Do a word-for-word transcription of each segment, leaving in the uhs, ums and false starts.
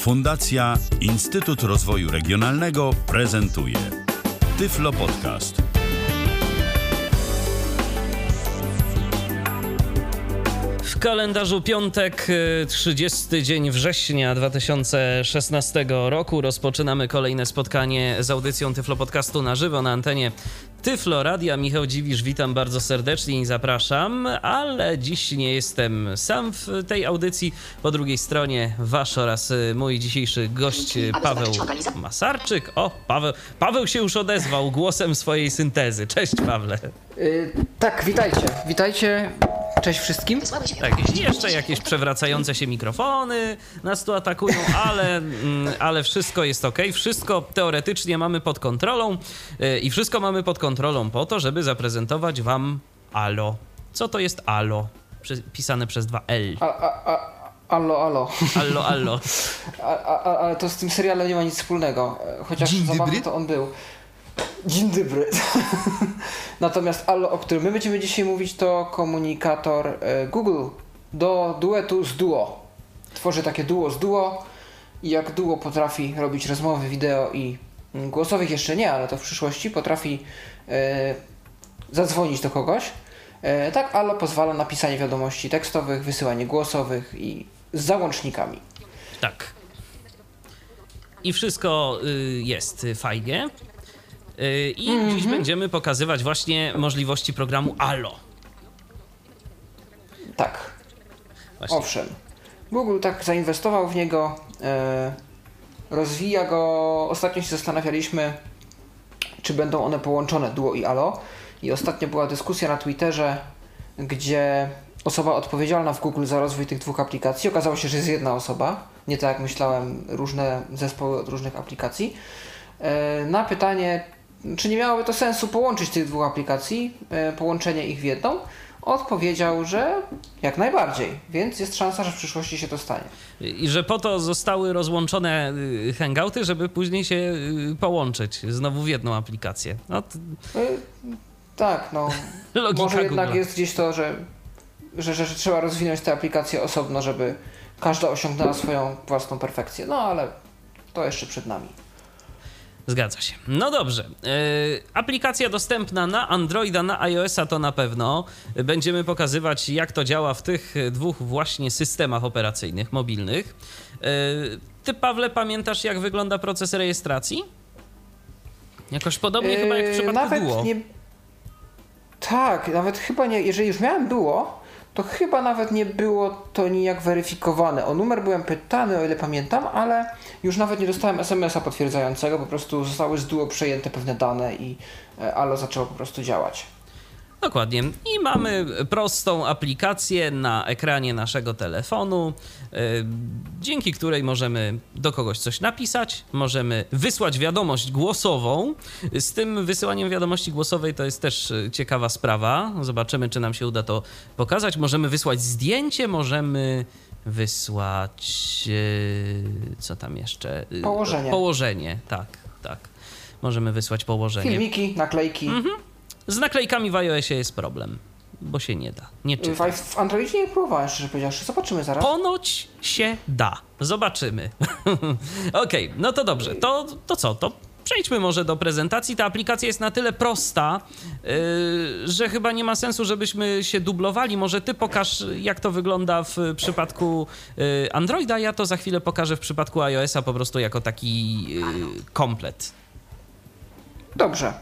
Fundacja Instytut Rozwoju Regionalnego prezentuje Tyflo Podcast. W kalendarzu piątek, trzydziesty dzień września dwa tysiące szesnastego roku. Rozpoczynamy kolejne spotkanie z audycją Tyflo Podcastu na żywo na antenie Tyflo Radia. Michał Dziwisz, witam bardzo serdecznie i zapraszam, ale dziś nie jestem sam w tej audycji. Po drugiej stronie wasz oraz mój dzisiejszy gość Paweł Masarczyk. O, Paweł, Paweł się już odezwał głosem swojej syntezy. Cześć, Pawle. Yy, tak, witajcie, witajcie. Cześć wszystkim. Tak, i jeszcze jakieś przewracające się mikrofony nas tu atakują, ale, ale wszystko jest ok. Wszystko teoretycznie mamy pod kontrolą i wszystko mamy pod kontrolą po to, żeby zaprezentować wam Allo. Co to jest Allo? Pisane przez dwa L. A, a, a, allo, allo. Allo, allo. Ale to z tym serialem nie ma nic wspólnego. Chociaż Dzień zabawny dobry. to on był. Dzień dobry. Natomiast Allo, o którym my będziemy dzisiaj mówić, to komunikator e, Google do duetu z Duo. Tworzy takie duo z Duo i jak Duo potrafi robić rozmowy, wideo i mm, głosowych jeszcze nie, ale to w przyszłości potrafi e, zadzwonić do kogoś. E, tak Allo pozwala na pisanie wiadomości tekstowych, wysyłanie głosowych i z załącznikami. Tak. I wszystko y, jest fajnie. I mm-hmm. dziś będziemy pokazywać właśnie możliwości programu Allo. Tak. Właśnie. Owszem. Google tak zainwestował w niego, e, rozwija go. Ostatnio się zastanawialiśmy, czy będą one połączone, Duo i Allo. I ostatnio była dyskusja na Twitterze, gdzie osoba odpowiedzialna w Google za rozwój tych dwóch aplikacji, okazało się, że jest jedna osoba, nie tak jak myślałem, różne zespoły od różnych aplikacji. E, na pytanie, czy nie miałoby to sensu połączyć tych dwóch aplikacji, e, połączenie ich w jedną, odpowiedział, że jak najbardziej, więc jest szansa, że w przyszłości się to stanie. I że po to zostały rozłączone hangouty, żeby później się połączyć znowu w jedną aplikację. No to... e, tak, no może jednak Google'a. Jest gdzieś to, że, że, że, że trzeba rozwinąć te aplikacje osobno, żeby każda osiągnęła swoją własną perfekcję. No ale to jeszcze przed nami. Zgadza się. No dobrze. Yy, aplikacja dostępna na Androida, na iOS-a to na pewno. Będziemy pokazywać, jak to działa w tych dwóch właśnie systemach operacyjnych, mobilnych. Yy, ty, Pawle, pamiętasz, jak wygląda proces rejestracji? Jakoś podobnie yy, chyba jak w przypadku nawet Duo. Nie... Tak, nawet chyba nie. Jeżeli już miałem Duo, to chyba nawet nie było to nijak weryfikowane. O numer byłem pytany, o ile pamiętam, ale już nawet nie dostałem es em es a potwierdzającego, po prostu zostały z Duo przejęte pewne dane i Allo zaczęło po prostu działać. Dokładnie. I mamy prostą aplikację na ekranie naszego telefonu, yy, dzięki której możemy do kogoś coś napisać, możemy wysłać wiadomość głosową. Z tym wysyłaniem wiadomości głosowej to jest też ciekawa sprawa. Zobaczymy, czy nam się uda to pokazać. Możemy wysłać zdjęcie, możemy wysłać... Yy, co tam jeszcze? Położenie. Położenie, tak, tak. Możemy wysłać położenie. Filmiki, naklejki. Mhm. Z naklejkami w iOSie jest problem, bo się nie da, nie czyta. W, w Androidzie nie próbowałem, szczerze powiedziawszy. Zobaczymy zaraz. Ponoć się da. Zobaczymy. Okej, okay, no to dobrze. To, to co? To przejdźmy może do prezentacji. Ta aplikacja jest na tyle prosta, yy, że chyba nie ma sensu, żebyśmy się dublowali. Może ty pokaż, jak to wygląda w przypadku yy, Androida. Ja to za chwilę pokażę w przypadku iOSa po prostu jako taki yy, komplet. Dobrze.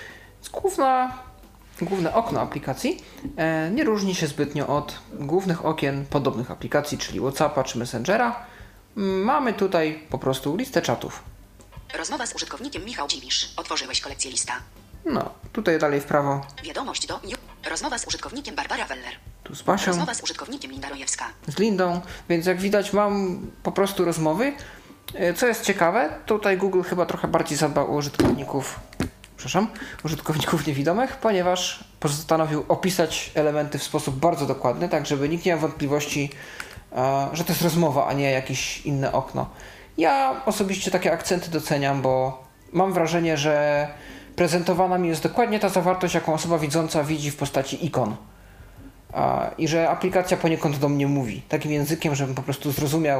Główna, główne okno aplikacji e, nie różni się zbytnio od głównych okien podobnych aplikacji, czyli WhatsAppa czy Messengera. Mamy tutaj po prostu listę czatów. Rozmowa z użytkownikiem Michał Dziwisz. Otworzyłeś kolekcję lista. No, tutaj dalej w prawo. Wiadomość do... Rozmowa z użytkownikiem Barbara Weller. Tu z Basią. Rozmowa z użytkownikiem Linda Rojewska. Z Lindą, więc jak widać mam po prostu rozmowy. Co jest ciekawe, tutaj Google chyba trochę bardziej zadbał o użytkowników przepraszam, użytkowników niewidomych, ponieważ postanowił opisać elementy w sposób bardzo dokładny, tak żeby nikt nie miał wątpliwości, e, że to jest rozmowa, a nie jakieś inne okno. Ja osobiście takie akcenty doceniam, bo mam wrażenie, że prezentowana mi jest dokładnie ta zawartość, jaką osoba widząca widzi w postaci ikon. E, I że aplikacja poniekąd do mnie mówi takim językiem, żebym po prostu zrozumiał,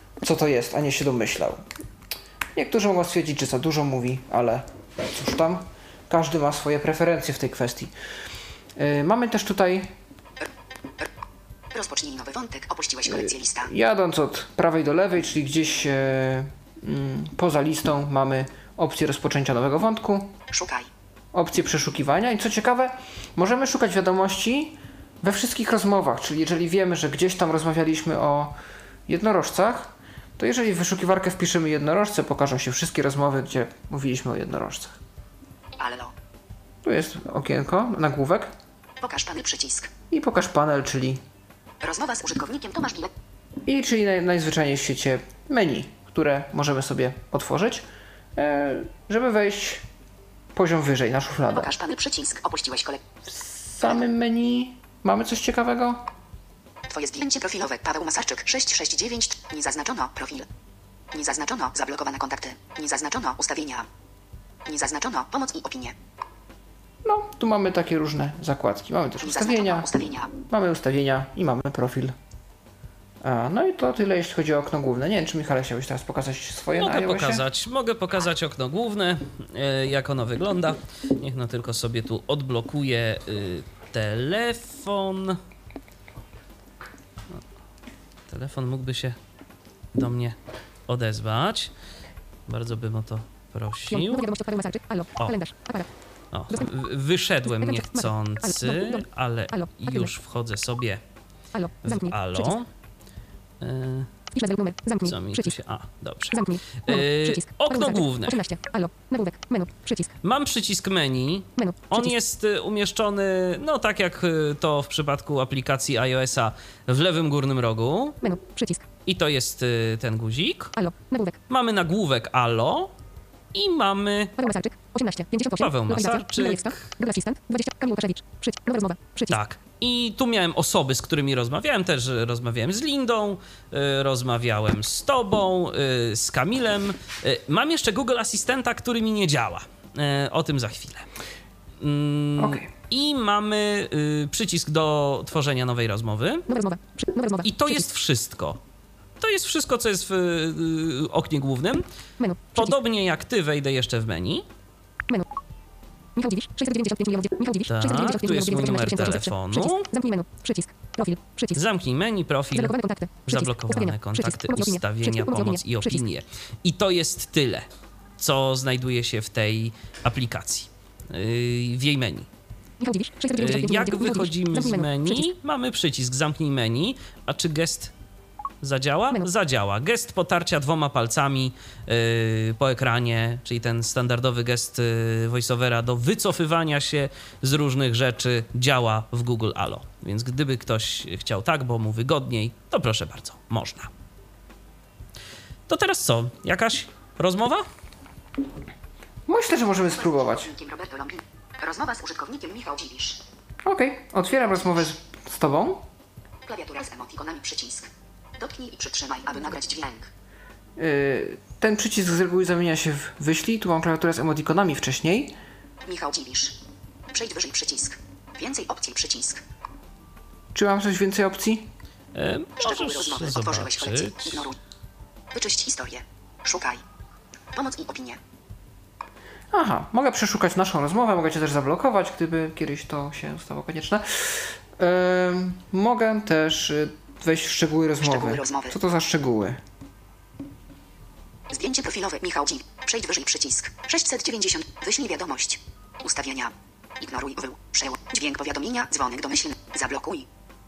co to jest, a nie się domyślał. Niektórzy mogą stwierdzić, że za dużo mówi, ale cóż tam, każdy ma swoje preferencje w tej kwestii. Yy, mamy też tutaj... Rozpocznij nowy wątek, opuściłeś kolekcję lista. Jadąc od prawej do lewej, czyli gdzieś e, mm, poza listą, mamy opcję rozpoczęcia nowego wątku. Szukaj. Opcję przeszukiwania i co ciekawe, możemy szukać wiadomości we wszystkich rozmowach, czyli jeżeli wiemy, że gdzieś tam rozmawialiśmy o jednorożcach, to jeżeli w wyszukiwarkę wpiszemy jednorożce, pokażą się wszystkie rozmowy, gdzie mówiliśmy o jednorożcach. Allo. Tu jest okienko, nagłówek Pokaż panel przycisk. i pokaż panel, czyli Rozmowa z użytkownikiem Tomasz Bilet. i czyli naj, najzwyczajniej w świecie menu, które możemy sobie otworzyć, e, żeby wejść poziom wyżej na szufladę. Pokaż panel przycisk. Opuściłeś kolekcję. W samym menu mamy coś ciekawego? Twoje zdjęcie profilowe. Paweł Masarczyk. sześć sześć dziewięć. Nie zaznaczono profil. Nie zaznaczono zablokowane kontakty. Nie zaznaczono ustawienia. Nie zaznaczono pomoc i opinie. No, tu mamy takie różne zakładki. Mamy też Nie ustawienia, zaznaczono ustawienia. mamy ustawienia i mamy profil. A, no i to tyle, jeśli chodzi o okno główne. Nie wiem, czy Michale chciałbyś teraz pokazać swoje na Mogę iOSie? pokazać, mogę pokazać okno główne, e, jak ono wygląda. Niech no tylko sobie tu odblokuję y, telefon. No, telefon mógłby się do mnie odezwać. Bardzo bym o to prosił. O. O, w- wyszedłem niechcący, ale już wchodzę sobie w Allo. E, Wpisz nazwę numer. Zamknij. Co mi tu Przycisk. się... A, dobrze. Zamknij. Yy, Menu. Przycisk. okno Paweł Masarczyk. główne. osiemnaście. Allo. Nagłówek. Menu. Przycisk. Mam przycisk menu. Menu. On Przycisk. jest y, umieszczony, no tak jak y, to w przypadku aplikacji iOS-a, w lewym górnym rogu. Menu. Przycisk. I to jest y, ten guzik. Allo. Nagłówek. Mamy nagłówek Allo i mamy... Paweł Masarczyk. osiemnaście. pięćdziesiąt osiem. Paweł Lokalizacja. Masarczyk. Google Assistant. Google Assistant. dwadzieścia. Kamil Łukaszewicz. Przycisk. Nowa rozmowa. Przycisk. Tak. I tu miałem osoby, z którymi rozmawiałem. Też y, rozmawiałem z Lindą, y, rozmawiałem z tobą, y, z Kamilem. Y, mam jeszcze Google Asystenta, który mi nie działa. Y, o tym za chwilę. Mm, Okej. I mamy y, przycisk do tworzenia nowej rozmowy. Nowa rozmowa. Przy... Nowa rozmowa. I to Przycisk. jest wszystko. To jest wszystko, co jest w y, oknie głównym. Menu. Przycisk. Podobnie jak ty, wejdę jeszcze w menu. Menu. Michał Dziwisz. sześćset dziewięćdziesiąt pięć milionów. Michał Dziwisz. Tak, sześćset dziewięćdziesiąt pięć tu jest mój milionów numer dziewięćset osiemnaście telefonu. Przycisk. Zamknij menu. Przycisk. Profil. Przycisk. Zamknij menu, profil, Zablokowane kontakty. Przycisk. zablokowane Ustawienia. kontakty, Przycisk. Pomoc i opinie. ustawienia, Przycisk. pomoc i Przycisk. opinie. I to jest tyle, co znajduje się w tej aplikacji, yy, w jej menu. Michał Dziwisz. sześćset Yy, dziewięćdziesiąt pięć Jak milionów. Michał Dziwisz. wychodzimy z Zamknij menu, Przycisk. mamy przycisk zamknij menu, a czy gest zadziała? Menu. Zadziała. Gest potarcia dwoma palcami yy, po ekranie, czyli ten standardowy gest yy, voiceovera do wycofywania się z różnych rzeczy działa w Google Allo. Więc gdyby ktoś chciał tak, bo mu wygodniej, to proszę bardzo, można. To teraz co? Jakaś rozmowa? Myślę, że możemy spróbować. Użytkownikiem Roberto Lombin. Rozmowa z użytkownikiem Michał Dziwisz. Okej, otwieram rozmowę z, z tobą. Klawiatura z emotikonami przycisk. Dotknij i przytrzymaj, aby nagrać dźwięk. Yy, ten przycisk z reguły zamienia się w wyślij. Tu mam klawiaturę z emotikonami wcześniej. Michał Dziwisz. Przejdź wyżej przycisk. Więcej opcji przycisk. Czy mam coś więcej opcji? E, Szczegóły możesz rozmowy. Otworzyłeś kolekcję. zobaczyć. Ignoruj. Wyczyść historię. Szukaj. Pomoc i opinie. Aha, mogę przeszukać naszą rozmowę, mogę cię też zablokować, gdyby kiedyś to się stało konieczne. Yy, mogę też y, wejść w szczegóły rozmowy. Szczegóły rozmowy. Co to za szczegóły? Zdjęcie profilowe Michał Dziwisz. Przejdź wyżej przycisk. sześćset dziewięćdziesiąt. Wyślij wiadomość. Ustawienia. Ignoruj wył. Przełącz. Dźwięk powiadomienia. Dzwonek domyślny. Zablokuj.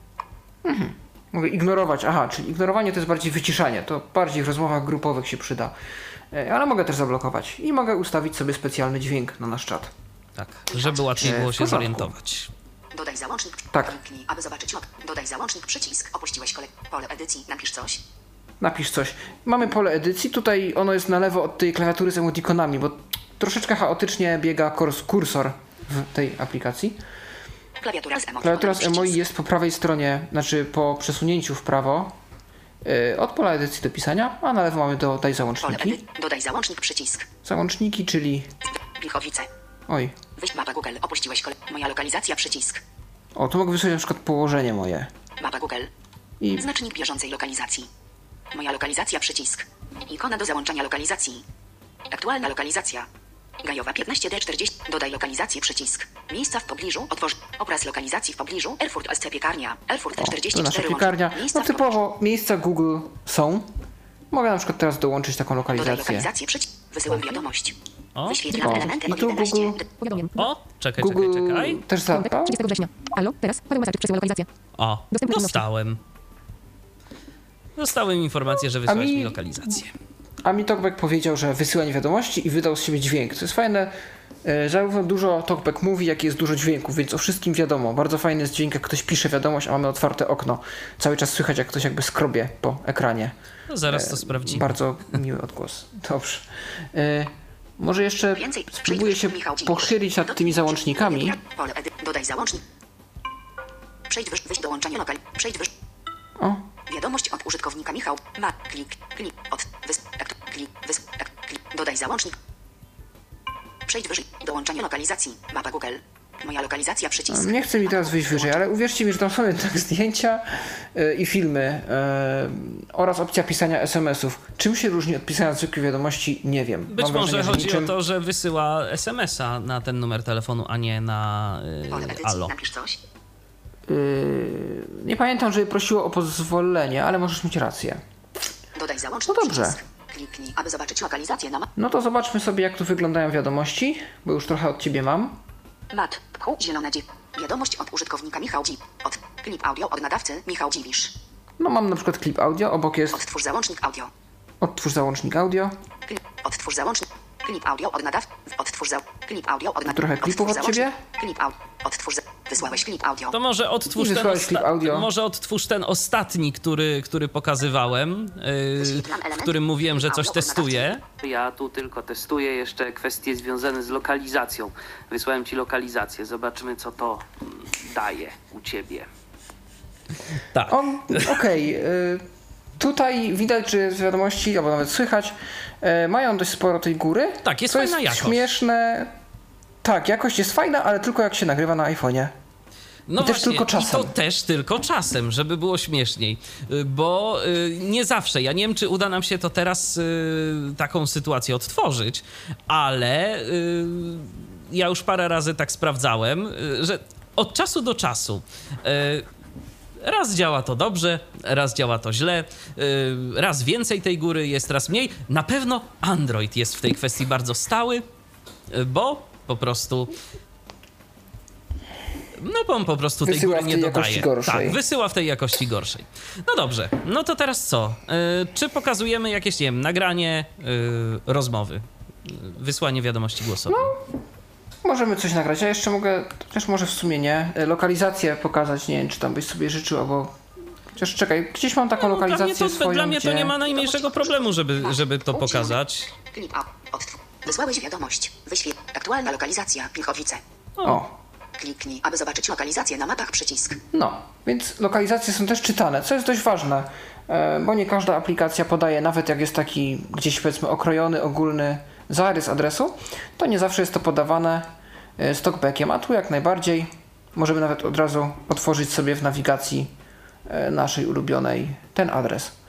Mogę ignorować. Aha, czyli ignorowanie to jest bardziej wyciszanie. To bardziej w rozmowach grupowych się przyda. Yy, ale mogę też zablokować. I mogę ustawić sobie specjalny dźwięk na nasz czat. Tak, żeby łatwiej E, było w się porządku. zorientować. Dodaj załącznik. Tak. Kliknij, aby zobaczyć op. Dodaj załącznik przycisk. Opuściłeś kole... pole edycji. Napisz coś. Napisz coś. Mamy pole edycji. Tutaj ono jest na lewo od tej klawiatury z emotikonami, bo troszeczkę chaotycznie biega kurs- kursor w tej aplikacji. Klawiatura z emotikonami Klawiatura z przycisk. emoi jest po prawej stronie, znaczy po przesunięciu w prawo yy, od pola edycji do pisania, a na lewo mamy dodaj Pole załączniki. edy... Dodaj załącznik przycisk. Załączniki, czyli... Pilchowice. Oj. Wyjść mapa Google. Opuściłeś kole... Moja lokalizacja przycisk. O, tu mogę wysłać na przykład położenie moje. Mapa Google. I Znacznik bieżącej lokalizacji. Moja lokalizacja przycisk. Ikona do załączania lokalizacji. Aktualna lokalizacja. Gajowa piętnaście D czterdzieści. Dodaj lokalizację przycisk. Miejsca w pobliżu. Otworz obraz lokalizacji w pobliżu. Erfurt S C piekarnia. Erfurt To czterdzieści nasza cztery. piekarnia. Miejsca No w pobliżu. typowo miejsca Google są. Mogę na przykład teraz dołączyć taką Dodaj lokalizację. lokalizację przycisk. Wysyłam wiadomość. O, Wyświetlam O, elementy i od tu jedenaście. Google- Powiadomień. o, czekaj, Google czekaj, czekaj. też zadbał. trzydziestego września. Halo, teraz Paweł Masarczyk przesyła lokalizację. O, Dostępne dostałem. Dostałem informację, że wysłałeś mi- mi lokalizację. A mi TalkBack powiedział, że wysyłanie wiadomości i wydał z siebie dźwięk. To jest fajne. e, Zarówno dużo TalkBack mówi, jak i jest dużo dźwięków, więc o wszystkim wiadomo. Bardzo fajny jest dźwięk, jak ktoś pisze wiadomość, a mamy otwarte okno. Cały czas słychać, jak ktoś jakby skrobie po ekranie. No zaraz to sprawdzimy. Bardzo miły odgłos. Dobrze. E, może jeszcze Więcej. spróbuję się Michał Dziwisz. pochylić nad tymi załącznikami. Pole edy. Dodaj załącznik. Przejdź wyż, wyś dołączanie lokal. Przejdź wyż. O, Wiadomość od użytkownika Michał. Ma. Klik. Klik. Od. Wys. Ak, klik. Wys. Ak, klik. Dodaj załącznik. Przejdź wyżej. Dołączanie lokalizacji. Mapa Google. Moja lokalizacja przycisk. nie chcę mi teraz wyjść wyżej, ale uwierzcie mi, że tam są jednak zdjęcia e, i filmy e, oraz opcja pisania es em esów. Czym się różni od pisania zwykłych wiadomości? Nie wiem. Być Mam może wrażenie, że chodzi niczym... o to, że wysyła es emesa na ten numer telefonu, a nie na Pole y, edycji. Allo. Napisz coś. Yy, nie pamiętam, żeby prosiło o pozwolenie, ale możesz mieć rację. Dodaj załącznik. No dobrze. Przycisk. Kliknij, aby zobaczyć lokalizację na mapie. No to zobaczmy sobie, jak tu wyglądają wiadomości, bo już trochę od ciebie mam. Mat. Pchu. Zielone dziew. Wiadomość od użytkownika Michał Dziw. Od. Klip audio od nadawcy Michał Dziwisz. No mam na przykład klip audio, obok jest Odtwórz załącznik audio. odtwórz załącznik audio. Klip. Odtwórz załącznik. Klip audio od nadaw. Odtwórz za. Klip audio od nadawcy. Trochę klipów od ciebie? Klip audio. Odtwórz za. Wysłałeś klip audio. To może odtwórz I ten, wysłałeś klip audio. może odtwórz ten ostatni, który, który pokazywałem, yy, w którym mówiłem, że coś testuję. Ja tu tylko testuję jeszcze kwestie związane z lokalizacją. Wysłałem ci lokalizację. Zobaczymy, co to mm, daje u ciebie. Tak. O, okej. y, Tutaj widać, że z wiadomości, albo nawet słychać, y, mają dość sporo tej góry. Tak, jest co fajna jest jakość. śmieszne. Tak, jakość jest fajna, ale tylko jak się nagrywa na iPhone'ie. No I też tylko czasem. I to też tylko czasem, żeby było śmieszniej. Y, Bo y, nie zawsze, ja nie wiem, czy uda nam się to teraz y, taką sytuację odtworzyć, ale y, ja już parę razy tak sprawdzałem, y, że od czasu do czasu y, raz działa to dobrze, raz działa to źle, y, raz więcej tej góry jest, raz mniej. Na pewno Android jest w tej kwestii bardzo stały, y, bo po prostu... No bo on po prostu tej Wysyła góry w nie tej dodaje. jakości gorszej. Tak, wysyła w tej jakości gorszej. No dobrze, no to teraz co? Yy, czy pokazujemy jakieś, nie wiem, nagranie yy, rozmowy? Yy, wysłanie wiadomości głosowej. No. Możemy coś nagrać. Ja jeszcze mogę, chociaż może w sumie nie, y, lokalizację pokazać. Nie wiem, czy tam byś sobie życzył, albo... Chociaż czekaj, gdzieś mam taką No, dla mnie, lokalizację to, swoją, dla mnie gdzie... to nie ma najmniejszego problemu, żeby, żeby to pokazać. Klip audio. Odtwórz. Wysłałeś wiadomość. Wyświetl. Aktualna lokalizacja. Pilchowice. O, Kliknij, aby zobaczyć lokalizację na mapach przycisk. no. Więc lokalizacje są też czytane, co jest dość ważne, e, bo nie każda aplikacja podaje, nawet jak jest taki gdzieś powiedzmy okrojony, ogólny zarys adresu, to nie zawsze jest to podawane e, z talkbackiem, a tu jak najbardziej możemy nawet od razu otworzyć sobie w nawigacji e, naszej ulubionej ten adres. E,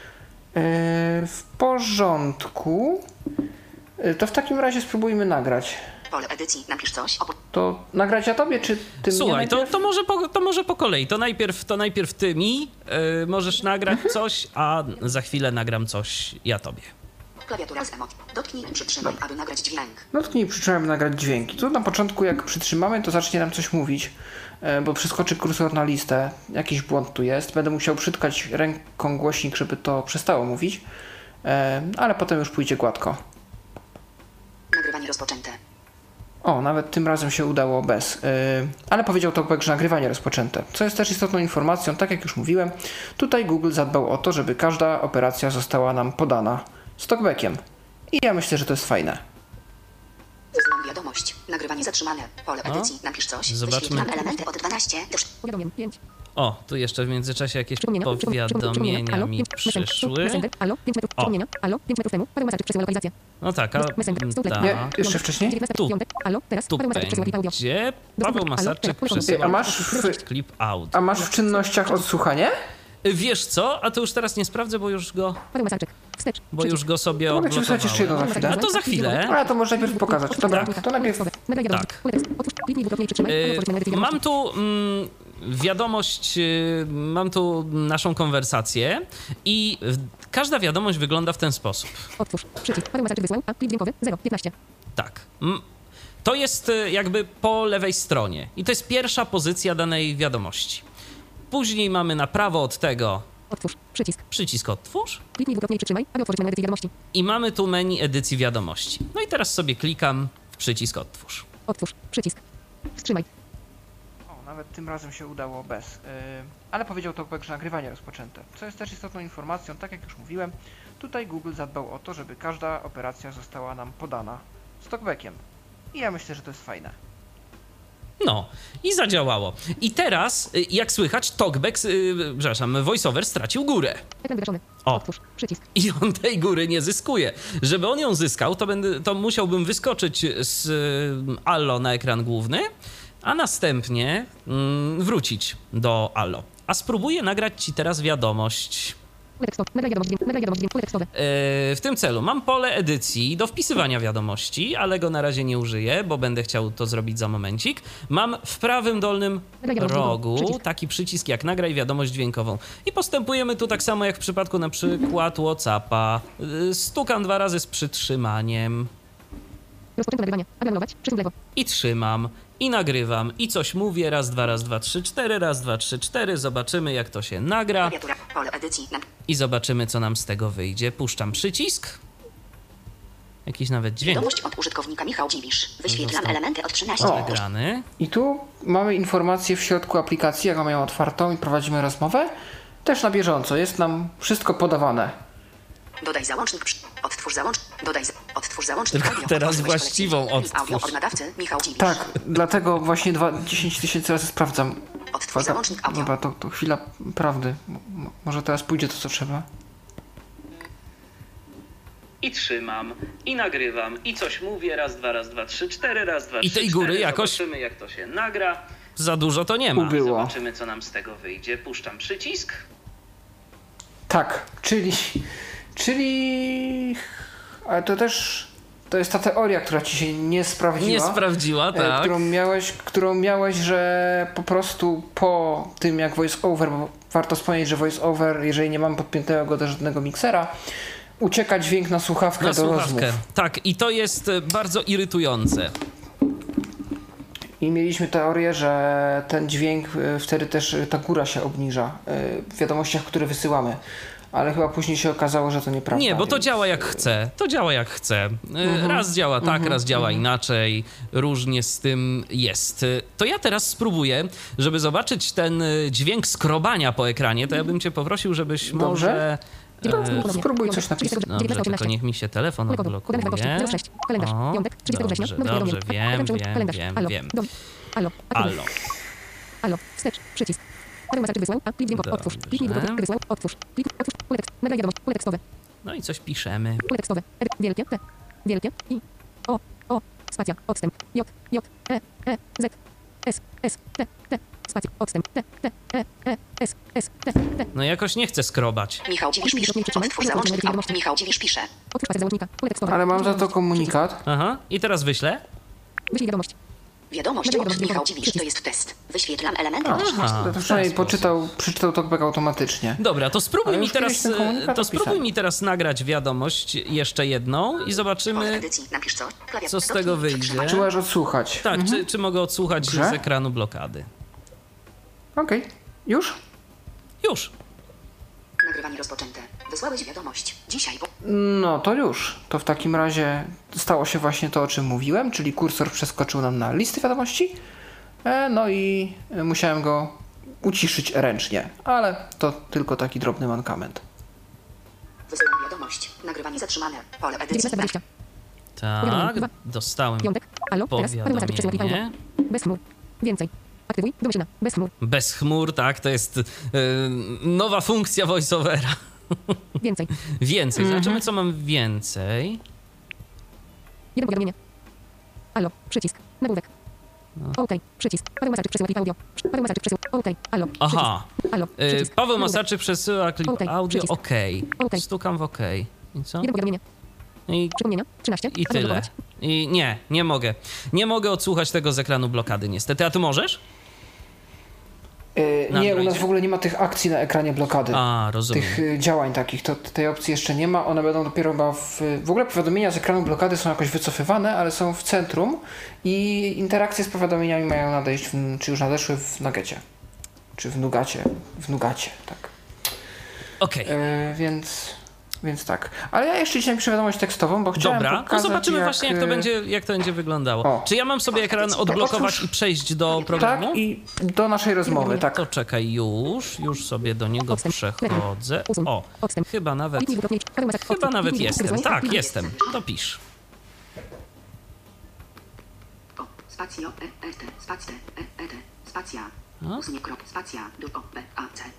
w porządku. E, to w takim razie spróbujmy nagrać. Pole edycji. Napisz coś. Opo- To nagrać ja tobie, czy ty mnie Słuchaj, to, najpierw? to, może po, to może po kolei. To najpierw, to najpierw ty mi yy, możesz nagrać coś, a za chwilę nagram coś ja tobie. Klawiatura z emocji. Dotknij i przytrzymaj, aby nagrać dźwięk. Dotknij i przytrzymamy nagrać dźwięki. Tu na początku jak przytrzymamy, to zacznie nam coś mówić, e, bo przeskoczy kursor na listę. Jakiś błąd tu jest. Będę musiał przytkać ręką głośnik, żeby to przestało mówić, e, ale potem już pójdzie gładko. Nagrywanie rozpoczęte. O, nawet tym razem się udało bez. Yy, ale powiedział TalkBack, że nagrywanie rozpoczęte. Co jest też istotną informacją, tak jak już mówiłem, tutaj Google zadbał o to, żeby każda operacja została nam podana z TalkBackiem. I ja myślę, że to jest fajne. Wysyłam wiadomość. Nagrywanie zatrzymane. Pole edycji. Napisz coś. Zobaczmy. Wyświetlam elementy od dwanaście do Powiadomień. pięć. O, tu jeszcze w międzyczasie jakieś Przypomnienia. powiadomienia Halo, mi pięć. Messenger. przyszły. Messenger. Halo, pięć metrów. O. Przypomnienia. Halo, pięć metrów temu. Paweł Masarczyk przesyła lokalizację. No tak, a Messenger. Stop. ta, Nie, jeszcze wcześniej? dziewiętnastego Tu. piątek. Halo, teraz tu Paweł Masarczyk przesyła klip audio. będzie Paweł Masarczyk Ty, a przesyła masz w, klip out. a masz w czynnościach odsłuchanie? Wiesz co? A to już teraz nie sprawdzę, bo już go, Paweł Masarczyk. Wstecz. bo już go sobie Mogę ci wysłać jeszcze jedno za chwilę. A to za chwilę. Ale to może najpierw pokazać. Dobra, to najpierw... Tak. Otwórz, kliknij dwukrotnie i przytrzymaj. Yy, Otworzyć najlepiej wiadomości. mam tu mm, wiadomość, yy, mam tu naszą konwersację i w- każda wiadomość wygląda w ten sposób. Otwórz, przycisk. Paweł Masarczyk wysłał, a klip dźwiękowy zero piętnaście. Tak. Mm, To jest y, jakby po lewej stronie i to jest pierwsza pozycja danej wiadomości. Później mamy na prawo od tego Otwórz, przycisk. przycisk otwórz Kliknij dwukrotnie i przytrzymaj, aby otworzyć menu edycji wiadomości. i mamy tu menu edycji wiadomości. No i teraz sobie klikam w przycisk otwórz. Otwórz, przycisk. Wstrzymaj. O, nawet tym razem się udało bez. Yy, ale powiedział TalkBack, że nagrywanie rozpoczęte. Co jest też istotną informacją, tak jak już mówiłem, tutaj Google zadbał o to, żeby każda operacja została nam podana z TalkBackiem. I ja myślę, że to jest fajne. No i zadziałało. I teraz, y, jak słychać, TalkBack, y, przepraszam, VoiceOver stracił górę. Ekran wygaszony. O. Otwórz, przycisk. I on tej góry nie zyskuje. Żeby on ją zyskał, to, będę, to musiałbym wyskoczyć z y, Allo na ekran główny, a następnie mm, wrócić do Allo. A spróbuję nagrać ci teraz wiadomość. Pole tekstowe. Nagraj wiadomość, dźwięk- nagraj wiadomość, dźwięk- pole tekstowe. Yy, w tym celu mam pole edycji do wpisywania wiadomości, ale go na razie nie użyję, bo będę chciał to zrobić za momencik. Mam w prawym dolnym Nagraj wiadomość rogu dźwiękową. taki przycisk jak nagraj wiadomość dźwiękową. I postępujemy tu tak samo jak w przypadku na przykład WhatsAppa. Yy, Stukam dwa razy z przytrzymaniem Rozpoczęto nagrywanie. Aby anulować, przycisk lewo. i trzymam i nagrywam i coś mówię. Raz, dwa, raz, dwa, trzy, cztery, raz, dwa, trzy, cztery. Zobaczymy jak to się nagra Klawiatura. Pole edycji. Na i zobaczymy co nam z tego wyjdzie. Puszczam przycisk. Jakiś nawet dźwięk wiadomość od użytkownika Michał Dziwisz. Wyświetlam Został. elementy od trzynaście. O. nagrany. I tu mamy informację w środku aplikacji, jak mamy ją otwartą i prowadzimy rozmowę. Też na bieżąco, jest nam wszystko podawane. Dodaj załącznik. przy- Odtwórz załącznik. Dodaj. za- Odtwórz załącznik. Tylko audio. teraz Otworzyłeś właściwą kolekcję. Audio odtwórz. od nadawcy Michał Dziwisz. Tak, dlatego właśnie dwa, dziesięć tysięcy razy sprawdzam. Odtwórz Uwaga, załącznik audio. dobra, to, to chwila prawdy. M- m- może teraz pójdzie to, co trzeba. I trzymam, i nagrywam, i coś mówię, raz, dwa, raz, dwa, trzy, cztery, raz, dwa, I trzy, tej góry cztery. jakoś- Zobaczymy, jak to się nagra. Za dużo to nie ma. Ubyło. Zobaczymy, co nam z tego wyjdzie. Puszczam przycisk. Tak, czyli... Czyli... Ale to też... To jest ta teoria, która ci się nie sprawdziła. Nie sprawdziła, e, tak. Którą miałeś, którą miałeś, że po prostu po tym jak voice-over, bo warto wspomnieć, że voice-over, jeżeli nie mamy podpiętego go do żadnego miksera, ucieka dźwięk na słuchawkę Na do słuchawkę. rozmów. Tak, i to jest e, bardzo irytujące. I mieliśmy teorię, że ten dźwięk y, wtedy też y, ta góra się obniża y, w wiadomościach, które wysyłamy. Ale chyba później się okazało, że to nieprawda. Nie, bo to więc- działa jak chce. To działa jak chce. E, Raz działa tak, raz działa inaczej. Różnie z tym jest. E, To ja teraz spróbuję, żeby zobaczyć ten e, dźwięk skrobania po ekranie, to ja bym cię poprosił, żebyś Dobrze. może... To spróbuj coś napisać. Dobrze, tylko niech mi się telefon Pole kodu. Podane wartości. odblokuje. zero sześć. Kalendarz. O, Piątek. trzydziestego września. dobrze, Nowy dobrze, wiadomość. wiem, Potem przełącz. wiem, Kalendarz. wiem, Alo. wiem. Dom. Alo. Aktywuj. Alo. Alo. Wstecz. Przycisk. Paweł Masarczyk wysłał. A klip dźwiękowy. Otwórz. Kliknij Dobrze. dwukrotnie. Wysłał. Otwórz. Klik. Otwórz. Pole tekst. Nagraj wiadomość. Pole tekstowe. No i coś piszemy. Pole tekstowe. R. Wielkie. T. Wielkie. I. O. O. Spacja. Odstęp. J. J. E. E. Z. S. S. T. T. Spacja. Odstęp. T. T. E. E. S. S. T. T. No jakoś nie chcę skrobać. Michał Dziwisz pisze. Odtwórz załącznik audio. Michał Dziwisz pisze. Otwórz pasek załącznika. Pole tekstowe. Ale mam za to komunikat. Aha, i teraz wyślę. Wyślij wiadomość. Wiadomość od Michał Dziwisz. To jest test. Wyświetlam elementy. od Aha, To w ten przynajmniej sposób. poczytał, przeczytał talkback automatycznie. Dobra, to spróbuj Ale mi już kiedyś teraz, ten komunikat to spróbuj napisałem. mi teraz nagrać wiadomość jeszcze jedną i Pole zobaczymy, edycji. Napisz co? Klawiatura. co z tego wyjdzie. Przytrzymaj. Czy możesz odsłuchać? Tak, czy, czy mogę odsłuchać Dobrze. z ekranu blokady? Okej. Już? Już. Nagrywanie rozpoczęte. Wysłałeś wiadomość. Dzisiaj po... No to już. To w takim razie stało się właśnie to, o czym mówiłem, czyli kursor przeskoczył nam na listy wiadomości. E, no i e, musiałem go uciszyć ręcznie, ale to tylko taki drobny mankament. Wysłałem wiadomość. Nagrywanie zatrzymane. Pole edycji. dziewiętnaście dwadzieścia. Tak, Dwa. dostałem Piątek. Alo. Teraz. Paweł Masarczyk przesyła Michał. powiadomienie. Bez chmur. Więcej. Aktywuj. Domyślna. Bez chmur. Bez chmur, tak, to jest y, nowa funkcja voiceovera. Więcej. Więcej, zobaczymy co mam więcej. Jedno powiadomienie. Alo. Przycisk. Nagłówek. No. OK. Przycisk. Paweł Masarczyk przesyła klip audio. Paweł Masarczyk przesyła. OK. Alo. Aha. Alo. Y, Paweł Masarczyk przesyła klip OK. audio. Przycisk. OK. OK. Stukam w OK. I co? Jeden powiadomienie. I, Przypomnienia. trzynaście. i tyle. I nie, nie mogę. Nie mogę odsłuchać tego z ekranu blokady niestety. A ty możesz? Yy, Na nie, u Androidzie? nas w ogóle nie ma tych akcji na ekranie blokady. A, rozumiem. Tych y, działań takich, to tej opcji jeszcze nie ma. One będą dopiero chyba w... W ogóle powiadomienia z ekranu blokady są jakoś wycofywane, ale są w centrum i interakcje z powiadomieniami mają nadejść, w, czy już nadeszły w Nuggecie. Czy w Nugacie. W Nugacie, tak. Okej. Yy, więc... Więc tak. Ale ja jeszcze dzisiaj napiszę wiadomość tekstową, bo chciałem Dobra, pokazać, to zobaczymy jak, właśnie, jak to będzie, jak to będzie wyglądało. O. Czy ja mam sobie ekran odblokować Otóż- i przejść do programu? Tak, i do naszej rozmowy, tak. To czekaj, już, już sobie do niego Odstęp. przechodzę. Usuń. O, Odstęp. chyba nawet, Kliknij dwukrotnie. Paweł Masarczyk. chyba nawet Kliknij jestem. dwukrotnie. Tak, Kliknij. jestem. To pisz. O, spacjo, e, e, t, spacje, e, e, t, spacja. No. Usunie krop, spacja, du, o, b, a, c.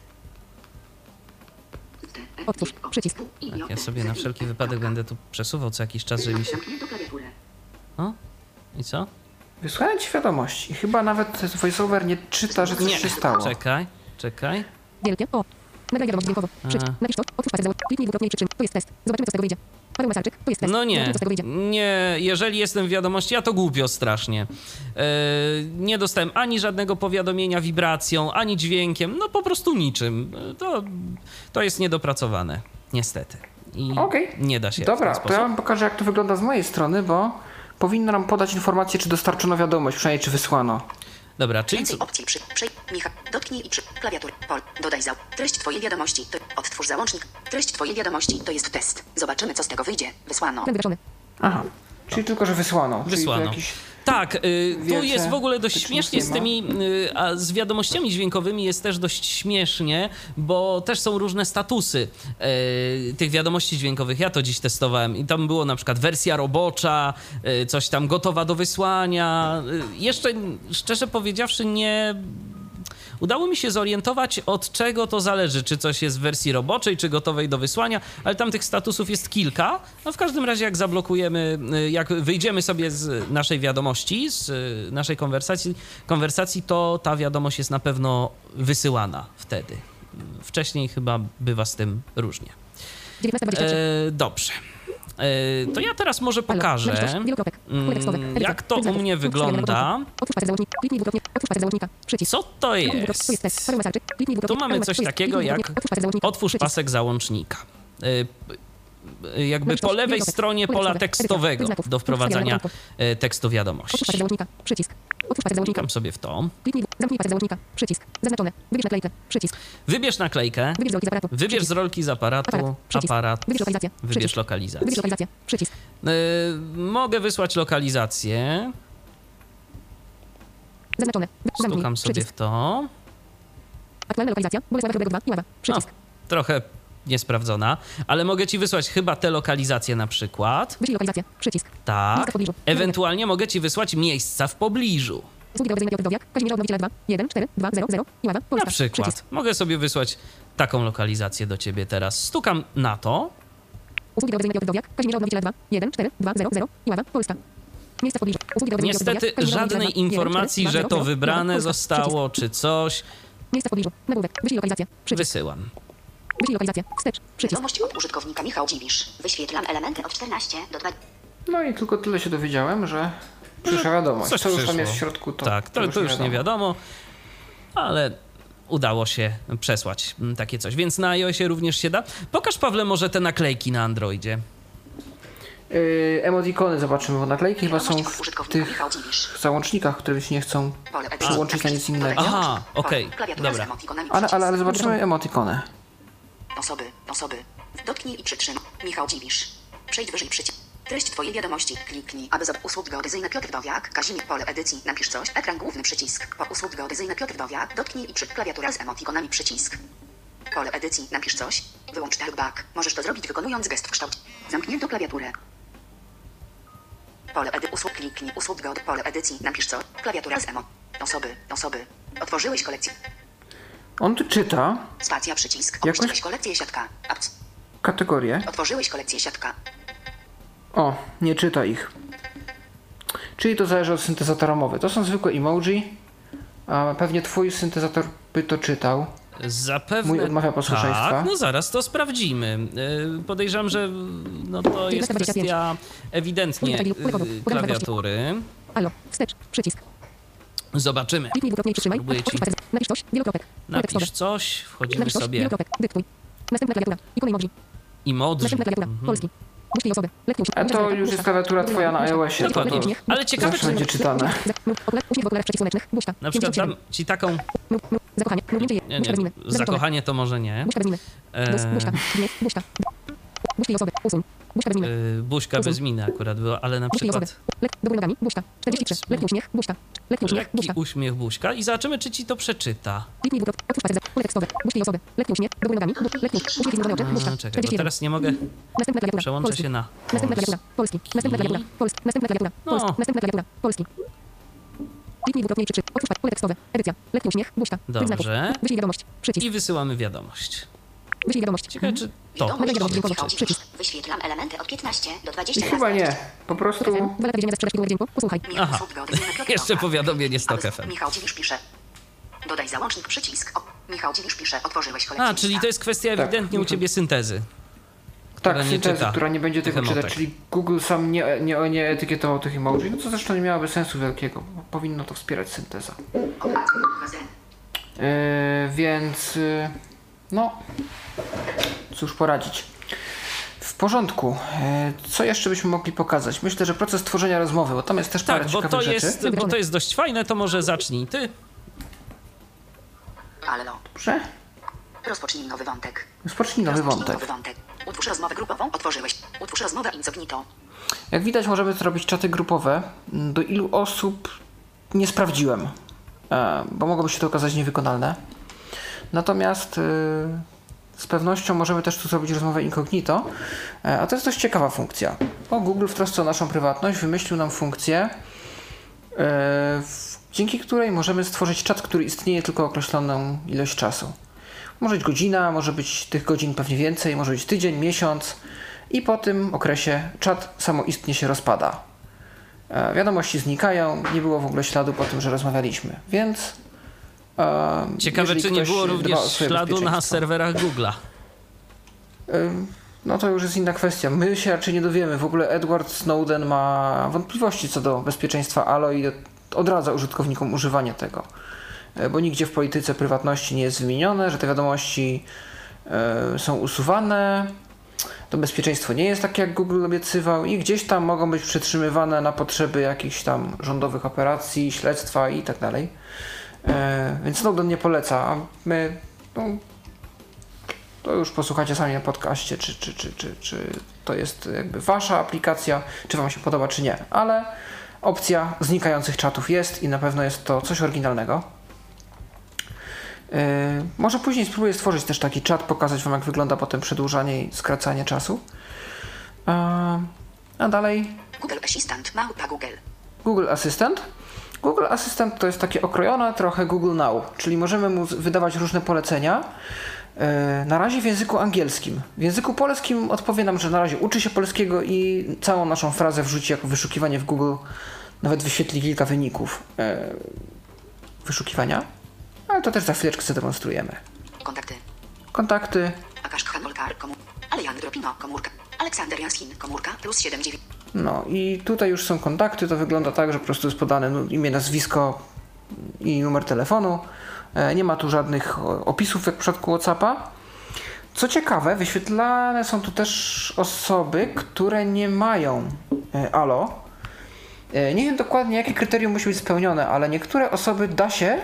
T, e, Otwórz. o, Przycisk. u, i, Tak, j, ja t, sobie z, na i, wszelki e, wypadek kropka. będę tu przesuwał co jakiś czas, żeby mi się... Zamknięto klawiaturę. O, i co? Wysłałem ci wiadomość i chyba nawet VoiceOver nie czyta, że coś Nie, się stało. czekaj, czekaj. Wielkie O. Nagraj wiadomość dźwiękowo. Przycisk. A. Napisz to. Otwórz pasek założony. Kliknij dwukrotnie i przytrzym. To jest test. Zobaczymy, co z tego wyjdzie. Paweł Masarczyk. To jest test. No nie, Zobaczymy, co z tego wyjdzie. nie, jeżeli jestem w wiadomości, ja to głupio strasznie. Yy, nie dostałem ani żadnego powiadomienia wibracją, ani dźwiękiem, no po prostu niczym. To, to jest niedopracowane, niestety. I Okej. nie da się w Dobra, ten to ja sposób. wam pokażę, jak to wygląda z mojej strony, bo powinno nam podać informację, czy dostarczono wiadomość, przynajmniej czy wysłano. Dobra, czyli co? Więcej opcji przy, przy, Michał, dotknij i przy, klawiatur, pol, dodaj za, treść twojej wiadomości, to, odtwórz załącznik, treść twojej wiadomości, to jest test. Zobaczymy, co z tego wyjdzie. Wysłano. Ten wygaszony. Aha, czyli tylko, że wysłano. Czyli Wysłano. to jakiś... Tak, y, tu Wielce jest w ogóle dość tych śmiesznie nie z ma. tymi, y, a z wiadomościami dźwiękowymi jest też dość śmiesznie, bo też są różne statusy y, tych wiadomości dźwiękowych. Ja to dziś testowałem i tam było na przykład wersja robocza, y, coś tam gotowa do wysłania. Y, jeszcze szczerze powiedziawszy nie... Udało mi się zorientować, od czego to zależy, czy coś jest w wersji roboczej, czy gotowej do wysłania, ale tam tych statusów jest kilka. No w każdym razie jak zablokujemy, jak wyjdziemy sobie z naszej wiadomości, z naszej konwersacji, konwersacji, to ta wiadomość jest na pewno wysyłana wtedy. Wcześniej chyba bywa z tym różnie. dziewiętnasta dwadzieścia trzy. E, dobrze. E, to ja teraz może pokażę, mm, jak to u mnie wygląda. Otwórz pasek załącznika. Kliknij dwukrotnie. Otwórz pasek załącznika. Przycisk. Co to Kliknij dwukrotnie. To jest test. jest? Paweł Masarczyk. Kliknij Tu dwukrotnie. mamy Paweł coś Masarczyk. takiego Kliknij jak dwukrotnie. Otwórz pasek załącznika. otwórz Przycisk. pasek załącznika. Y, y, Jakby Napisz po to. lewej Bibliotek. stronie Pole pola tekstowe. tekstowego Edycja. Znaków. do wprowadzania Otwórz y, tekstu Otwórz wiadomości. pasek załącznika. Przycisk. Otwórz pasek załącznika. Klikam sobie w to. Kliknij. Zamknij pasek załącznika. Przycisk. Zaznaczone. Wybierz naklejkę. Przycisk. Wybierz naklejkę. Wybierz z rolki z aparatu. Wybierz Przycisk. z rolki z aparatu Aparat. Przycisk. aparat. Wybierz lokalizację. Wybierz Przycisk. lokalizację. Wybierz lokalizację. Przycisk. Y, Mogę wysłać lokalizację. Zaznaczone. Zamknij. Stukam sobie Przycisk. w to. Aktualna lokalizacja. Bolesława Chrobego dwa. Iława. No, Przycisk. trochę niesprawdzona, ale mogę ci wysłać chyba tę lokalizację na przykład. Wyślij lokalizację. Przycisk. Tak. Miejsca w pobliżu. Ewentualnie mogę ci wysłać miejsca w pobliżu. Usługi geodezyjne Piotr Wdowiak. Kazimierza Odnowiciela dwa. jeden cztery dwa zero zero. Iława. Na Polska. przykład. Przycisk. Mogę sobie wysłać taką lokalizację do ciebie teraz. Stukam na to. Usługi geodezyjne Piotr Wdowiak. Kazimierza Odnowiciela dwa. jeden cztery dwa zero zero. Iława. Polska. Miejsce w pobliżu. Usługi geodezyjne Piotr Niestety Wdowiak. Kazimierza Odnowiciela żadnej dwa. jeden, informacji, cztery, że dwa, to zero, zero. wybrane Iława. Polska. zostało, czy coś. Miejsce w pobliżu. Nagłówek. Wyślij lokalizację. Przycisk. Wysyłam. Wyślij lokalizację. Wstecz. Przycisk. Wiadomość od użytkownika Michał Dziwisz. Wyświetlam elementy od czternaście do dwudziestu. No i tylko tyle się dowiedziałem, że przyszła wiadomość. Coś Co już tam przyszło. jest w środku, to, Tak, to, to już nie wiadomo, ale udało się przesłać mm, takie coś. Więc na iOSie również się da. Pokaż, Pawle, może te naklejki na Androidzie. Yy, emotikony zobaczymy, bo naklejki chyba są Wiadomość od w użytkownika tych Michał Dziwisz. załącznikach, które się nie chcą Pole edycji. przyłączyć na nic innego. Aha, okej, Klawiatura z dobra. emotikonami. Ale, ale, ale Przycisk. zobaczymy emotikony. Osoby, osoby. Dotknij i przytrzymaj. Michał Dziwisz. Przejdź wyżej przycisk. Treść twojej wiadomości. Kliknij, aby zobaczyć usługi geodezyjne Piotr Wdowiak. Kazimierz. Pole edycji. Napisz coś. Ekran główny przycisk. Po usługi geodezyjne Piotr Wdowiak. Dotknij i przy klawiatura z emotikonami przycisk. Pole edycji. Napisz coś. Wyłącz talkback. Możesz to zrobić wykonując gest w kształcie. Zamknięto klawiaturę. Pole edy usług. Kliknij usług geod. Pole edycji. Napisz coś. Klawiatura z emo. Osoby, osoby. Otworzyłeś kolekcję. On tu czyta Spacja przycisk. Jakoś- Opuściłeś kolekcję siatka. Apc. kategorię. Otworzyłeś kolekcję siatka. O, nie czyta ich. Czyli to zależy od syntezatora mowy. To są zwykłe emoji, a pewnie twój syntezator by to czytał. Zapewne. Mój odmawia posłuszeństwa. Tak, no zaraz to sprawdzimy. Yy, podejrzewam, że no to jest kwestia ewidentnie yy, klawiatury. Alo, wstecz, przycisk. Zobaczymy. Kliknij dwukrotnie i przytrzymaj. Spróbuję ci. Napisz coś, wielokropek. Napisz coś, wchodzimy Napisz coś, sobie. wielokropek, dyktuj. Następna klawiatura, ikony emoji. Emoji. Następna klawiatura, Mhm. polski. Wyślij osobę. Lekki uśmiech. A to już jest klawiatura twoja na iOSie. To, to Ale ciekawe, zawsze czy będzie czytane. Uśmiech w okularach przeciwsłonecznych. Buźka. na przykład dam ci taką... Zakochanie. Mrugnięcie je. Nie, Buźka bez miny. nie, zakochanie to może nie. Buźka bez miny. Dos, buźka. Gniew, buźka. Wyślij osobę. Usuń. Buźka bez miny. Yy, buźka bez miny akurat była, ale na Wyślij osobę. przykład Lek, do góry nogami. Buźka. czterdzieści trzy. Lekki uśmiech. Buźka. Lekki uśmiech. lekki Buźka. uśmiech buźka i zobaczymy, czy ci to przeczyta. Kliknij dwukrotnie. Otwórz pasek. Pole tekstowe. Wyślij osobę. Lekki uśmiech. Do góry nogami. Bu- Lekki uśmiech. Uśmiech zmrużone oczy. Buźka. A, czekaj, bo czterdzieści jeden. teraz nie mogę... Następna klawiatura. Przełączę Polski. się na... Następna klawiatura. Polski. Następna klawiatura. Polski. Następna klawiatura. Polski. No. Następna klawiatura. Polski. Kliknij dwukrotnie i przyczyń. Otwórz pasek. Pole tekstowe. Edycja. Lekki uśmiech. Buźka. Tryb znaków. Dobrze. Wyślij wiadomość. Przycisk. I wysyłamy wiadomość. Wyślij wiadomość. Ciekawe, czy to... Wiadomość Wiadomość od dźwiękowa. Michał Przycisk. Dziwisz. Wyświetlam elementy od piętnaście do I dwudziestu chyba nie. Po prostu... Dwa lata więzienia za sprzedaż pigułek dźwięku. Posłuchaj. Aha. Jeszcze powiadomienie Stok F M. Michał Dziwisz pisze. Dodaj załącznik, przycisk. O, Michał Dziwisz pisze. Otworzyłeś kolekcję. A, czyli to jest kwestia Tak. ewidentnie u ciebie syntezy. Tak, która nie syntezy, czyta która nie będzie tych tego czytać, emotek. czyli Google sam nie, nie, nie etykietował tych emoji, no co zresztą nie miałoby sensu wielkiego, bo powinno to wspierać synteza. Yy, więc yy, no, cóż poradzić. W porządku. Yy, co jeszcze byśmy mogli pokazać? Myślę, że proces tworzenia rozmowy, bo tam jest też parę Tak, bo ciekawych to, rzeczy. jest, bo to jest dość fajne, to może zacznij ty. Allo. Dobrze? Rozpocznij nowy wątek. Rozpocznij nowy Rozpocznij wątek. nowy wątek. Utwórz rozmowę grupową. Otworzyłeś. Utwórz rozmowę incognito. Jak widać, możemy zrobić czaty grupowe. Do ilu osób nie sprawdziłem, e, bo mogłoby się to okazać niewykonalne. Natomiast e, z pewnością możemy też tu zrobić rozmowę incognito, e, a to jest dość ciekawa funkcja. Bo Google w trosce o naszą prywatność wymyślił nam funkcję, e, w, dzięki której możemy stworzyć czat, który istnieje tylko określoną ilość czasu. Może być godzina, może być tych godzin pewnie więcej, może być tydzień, miesiąc i po tym okresie czat samoistnie się rozpada. E, wiadomości znikają, nie było w ogóle śladu po tym, że rozmawialiśmy, więc e, Ciekawe, jeżeli czy nie ktoś było dba również o swoje śladu na bezpieczeństwo, serwerach Google'a. e, no to już jest inna kwestia. My się raczej nie dowiemy. W ogóle Edward Snowden ma wątpliwości co do bezpieczeństwa Allo i odradza użytkownikom używania tego. Bo nigdzie w polityce prywatności nie jest wymienione, że te wiadomości y, są usuwane, to bezpieczeństwo nie jest takie, jak Google obiecywał i gdzieś tam mogą być przetrzymywane na potrzeby jakichś tam rządowych operacji, śledztwa i tak dalej. Y, więc Snowden nie poleca, a my no, to już posłuchajcie sami na podcaście, czy, czy, czy, czy, czy to jest jakby wasza aplikacja, czy wam się podoba, czy nie, ale opcja znikających czatów jest i na pewno jest to coś oryginalnego. Yy, może później spróbuję stworzyć też taki czat, pokazać wam jak wygląda potem przedłużanie i skracanie czasu. Yy, a dalej Google Assistant. Małpa Google. Google Assistant. Google Assistant to jest takie okrojone trochę Google Now, czyli możemy mu wydawać różne polecenia. Yy, na razie w języku angielskim. W języku polskim odpowie nam, że na razie uczy się polskiego i całą naszą frazę wrzuci jako wyszukiwanie w Google. Nawet wyświetli kilka wyników yy, wyszukiwania. Ale to też za chwileczkę zademonstrujemy. Kontakty. Kontakty. Akash Khanolkar. Komórka. Alejandro Pino. Komórka. Aleksander Jasin. Komórka. Plus siedem dziewięć. No i tutaj już są kontakty. To wygląda tak, że po prostu jest podane imię, nazwisko i numer telefonu. E, nie ma tu żadnych opisów jak w przypadku WhatsAppa. Co ciekawe, wyświetlane są tu też osoby, które nie mają e, Allo. E, nie wiem dokładnie, jakie kryterium musi być spełnione, ale niektóre osoby da się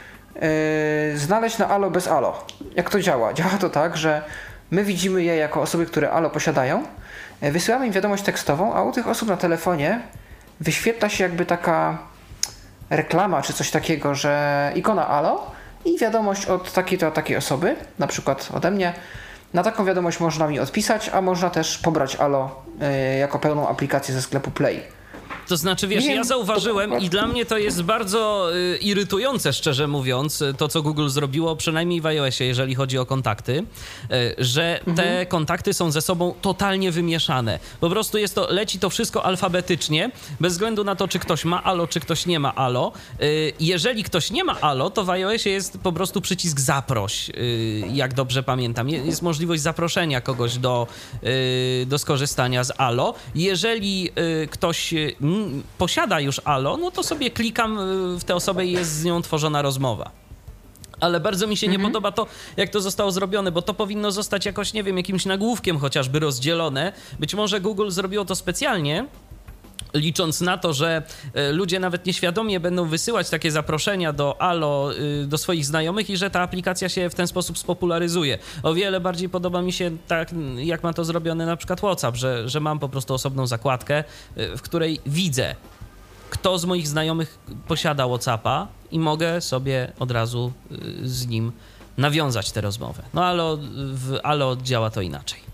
Yy, znaleźć na Allo bez Allo. Jak to działa? Działa to tak, że my widzimy je jako osoby, które Allo posiadają, yy, wysyłamy im wiadomość tekstową, a u tych osób na telefonie wyświetla się jakby taka reklama czy coś takiego, że ikona Allo i wiadomość od takiej to takiej osoby, na przykład ode mnie. Na taką wiadomość można mi odpisać, a można też pobrać Allo yy, jako pełną aplikację ze sklepu Play. To znaczy, wiesz, ja zauważyłem i dla mnie to jest bardzo y, irytujące, szczerze mówiąc, to, co Google zrobiło, przynajmniej w iOSie, jeżeli chodzi o kontakty, y, że te mhm. kontakty są ze sobą totalnie wymieszane. Po prostu jest to, leci to wszystko alfabetycznie, bez względu na to, czy ktoś ma alo, czy ktoś nie ma alo. Y, jeżeli ktoś nie ma alo, to w iOSie jest po prostu przycisk zaproś, y, jak dobrze pamiętam. Jest możliwość zaproszenia kogoś do, y, do skorzystania z alo. Jeżeli y, ktoś posiada już alo, no to sobie klikam w tę osobę i jest z nią tworzona rozmowa. Ale bardzo mi się mhm. nie podoba to, jak to zostało zrobione, bo to powinno zostać jakoś, nie wiem, jakimś nagłówkiem chociażby rozdzielone. Być może Google zrobiło to specjalnie, licząc na to, że ludzie nawet nieświadomie będą wysyłać takie zaproszenia do alo, do swoich znajomych i że ta aplikacja się w ten sposób spopularyzuje. O wiele bardziej podoba mi się tak, jak ma to zrobione na przykład WhatsApp, że, że mam po prostu osobną zakładkę, w której widzę, kto z moich znajomych posiada WhatsAppa i mogę sobie od razu z nim nawiązać tę rozmowę. No ale w alo działa to inaczej.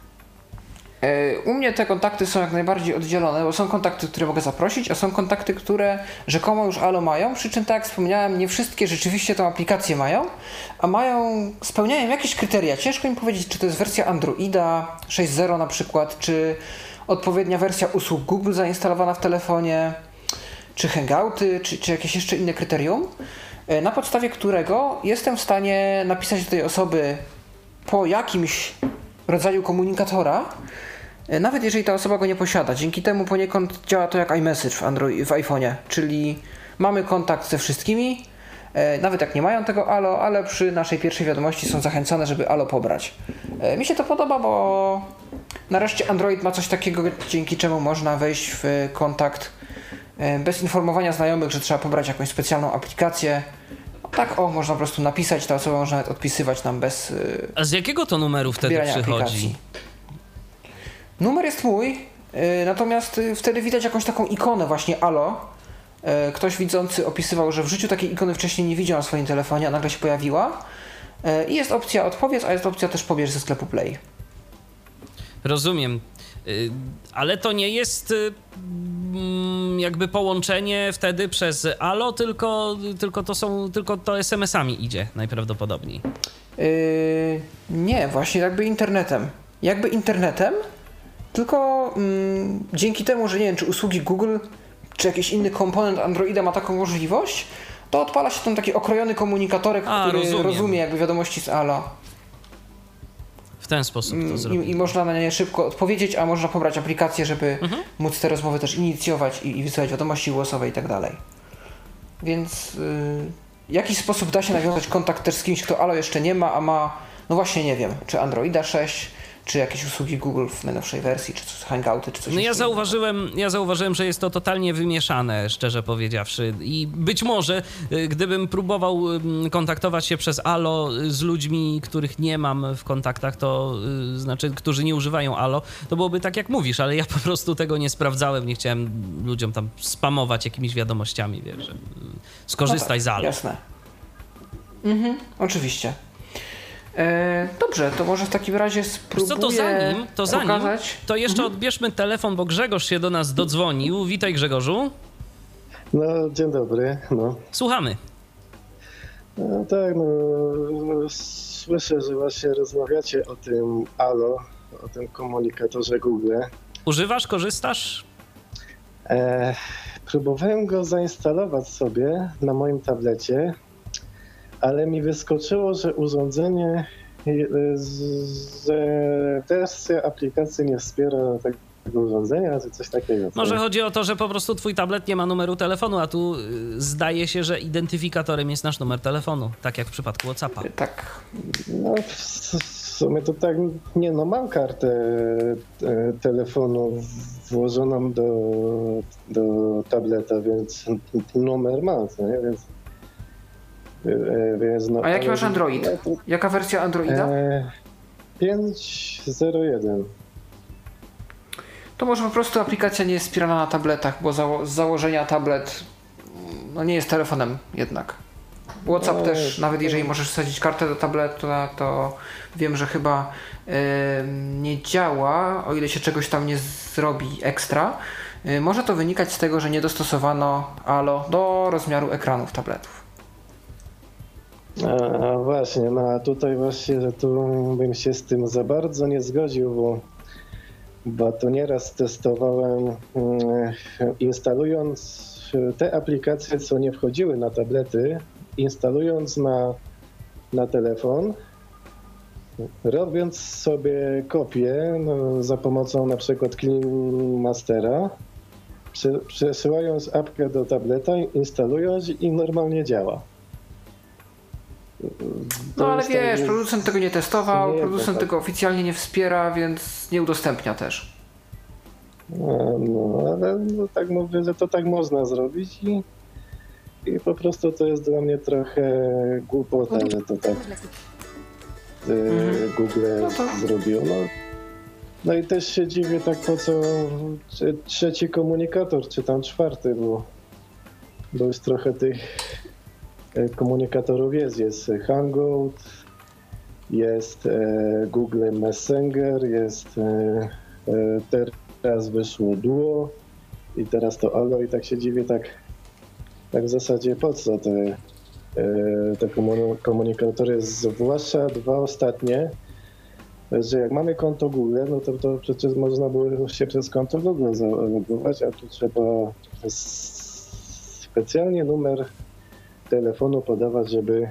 U mnie te kontakty są jak najbardziej oddzielone, bo są kontakty, które mogę zaprosić, a są kontakty, które rzekomo już alo mają, przy czym tak jak wspomniałem, nie wszystkie rzeczywiście tą aplikację mają, a mają, spełniają jakieś kryteria. Ciężko mi powiedzieć, czy to jest wersja Androida sześć zero na przykład, czy odpowiednia wersja usług Google zainstalowana w telefonie, czy hangouty, czy, czy jakieś jeszcze inne kryterium, na podstawie którego jestem w stanie napisać do tej osoby po jakimś rodzaju komunikatora, nawet jeżeli ta osoba go nie posiada. Dzięki temu poniekąd działa to jak iMessage w, Android, w iPhone'ie, czyli mamy kontakt ze wszystkimi, nawet jak nie mają tego alo, ale przy naszej pierwszej wiadomości są zachęcone, żeby alo pobrać. Mi się to podoba, bo nareszcie Android ma coś takiego, dzięki czemu można wejść w kontakt bez informowania znajomych, że trzeba pobrać jakąś specjalną aplikację. Tak, o, można po prostu napisać, ta osoba może nawet odpisywać nam bez A z jakiego to numeru wtedy przychodzi? Aplikacji. Numer jest mój, yy, natomiast yy, wtedy widać jakąś taką ikonę właśnie alo. Yy, ktoś widzący opisywał, że w życiu takiej ikony wcześniej nie widział na swoim telefonie, a nagle się pojawiła. Yy, I jest opcja odpowiedz, a jest opcja też pobierz ze sklepu Play. Rozumiem. Yy, ale to nie jest yy, jakby połączenie wtedy przez alo, tylko, tylko to są, tylko to es em esami idzie najprawdopodobniej. Yy, nie, właśnie jakby internetem. Jakby internetem, tylko mm, dzięki temu, że nie wiem, czy usługi Google, czy jakiś inny komponent Androida ma taką możliwość, to odpala się tam taki okrojony komunikatorek, a, który rozumiem. rozumie jakby wiadomości z alo. W ten sposób to zrobić. I, I można na nie szybko odpowiedzieć, a można pobrać aplikację, żeby mhm. móc te rozmowy też inicjować i, i wysyłać wiadomości głosowe i tak dalej. Więc yy, w jakiś sposób da się nawiązać kontakt też z kimś, kto alo jeszcze nie ma, a ma, no właśnie nie wiem, czy Androida sześć, czy jakieś usługi Google w najnowszej wersji, czy coś, hangouty, czy coś. No ja zauważyłem, ja zauważyłem, że jest to totalnie wymieszane, szczerze powiedziawszy. I być może, gdybym próbował kontaktować się przez alo z ludźmi, których nie mam w kontaktach, to znaczy, którzy nie używają alo, to byłoby tak, jak mówisz, ale ja po prostu tego nie sprawdzałem, nie chciałem ludziom tam spamować jakimiś wiadomościami, wiesz, że skorzystaj no tak, z alo. Jasne. Mhm, oczywiście. E, dobrze, to może w takim razie spróbuję Co to zanim, to zanim, pokazać. to jeszcze mhm. odbierzmy telefon, bo Grzegorz się do nas dodzwonił. Witaj, Grzegorzu. No, dzień dobry. No. Słuchamy. No tak, no, słyszę, że właśnie rozmawiacie o tym alo, o tym komunikatorze Google. Używasz, korzystasz? E, próbowałem go zainstalować sobie na moim tablecie, ale mi wyskoczyło, że urządzenie, że wersja aplikacji nie wspiera tego urządzenia, czy coś takiego. Może chodzi o to, że po prostu twój tablet nie ma numeru telefonu, a tu zdaje się, że identyfikatorem jest nasz numer telefonu, tak jak w przypadku WhatsAppa. Tak. No w sumie to tak, nie no, mam kartę telefonu włożoną do, do tableta, więc numer mam, nie? Więc Więc no, a jaki masz Android? Jaka wersja Androida? E, pięć zero jeden. To może po prostu aplikacja nie jest wspierana na tabletach, bo zało- z założenia tablet no nie jest telefonem jednak. WhatsApp no, też, nawet jeżeli możesz wsadzić kartę do tabletu, to wiem, że chyba yy, nie działa, o ile się czegoś tam nie zrobi ekstra. Może to wynikać z tego, że nie dostosowano Allo do rozmiaru ekranów tabletów. A właśnie, no a tutaj właśnie, że tu bym się z tym za bardzo nie zgodził, bo, bo to nieraz testowałem instalując te aplikacje, co nie wchodziły na tablety, instalując na, na telefon, robiąc sobie kopię no, za pomocą na przykład Clean Mastera, przesyłając apkę do tableta, instalując i normalnie działa. No ale wiesz, tak, producent tego nie testował, nie, producent tak. tego oficjalnie nie wspiera, więc nie udostępnia też. No, no ale no, tak mówię, że to tak można zrobić i, i po prostu to jest dla mnie trochę głupota, że to tak y, mhm. Google no to... zrobił. No, no i też się dziwię tak po co trzeci komunikator, czy tam czwarty, bo, bo już trochę tych komunikatorów jest. Jest Hangout, jest e, Google Messenger, jest e, e, teraz wyszło Duo i teraz to Allo i tak się dziwię, tak, tak w zasadzie po co te, e, te komunikatory, zwłaszcza dwa ostatnie, że jak mamy konto Google, no to, to przecież można było się przez konto Google zalogować, a tu trzeba specjalnie numer telefonu podawać, żeby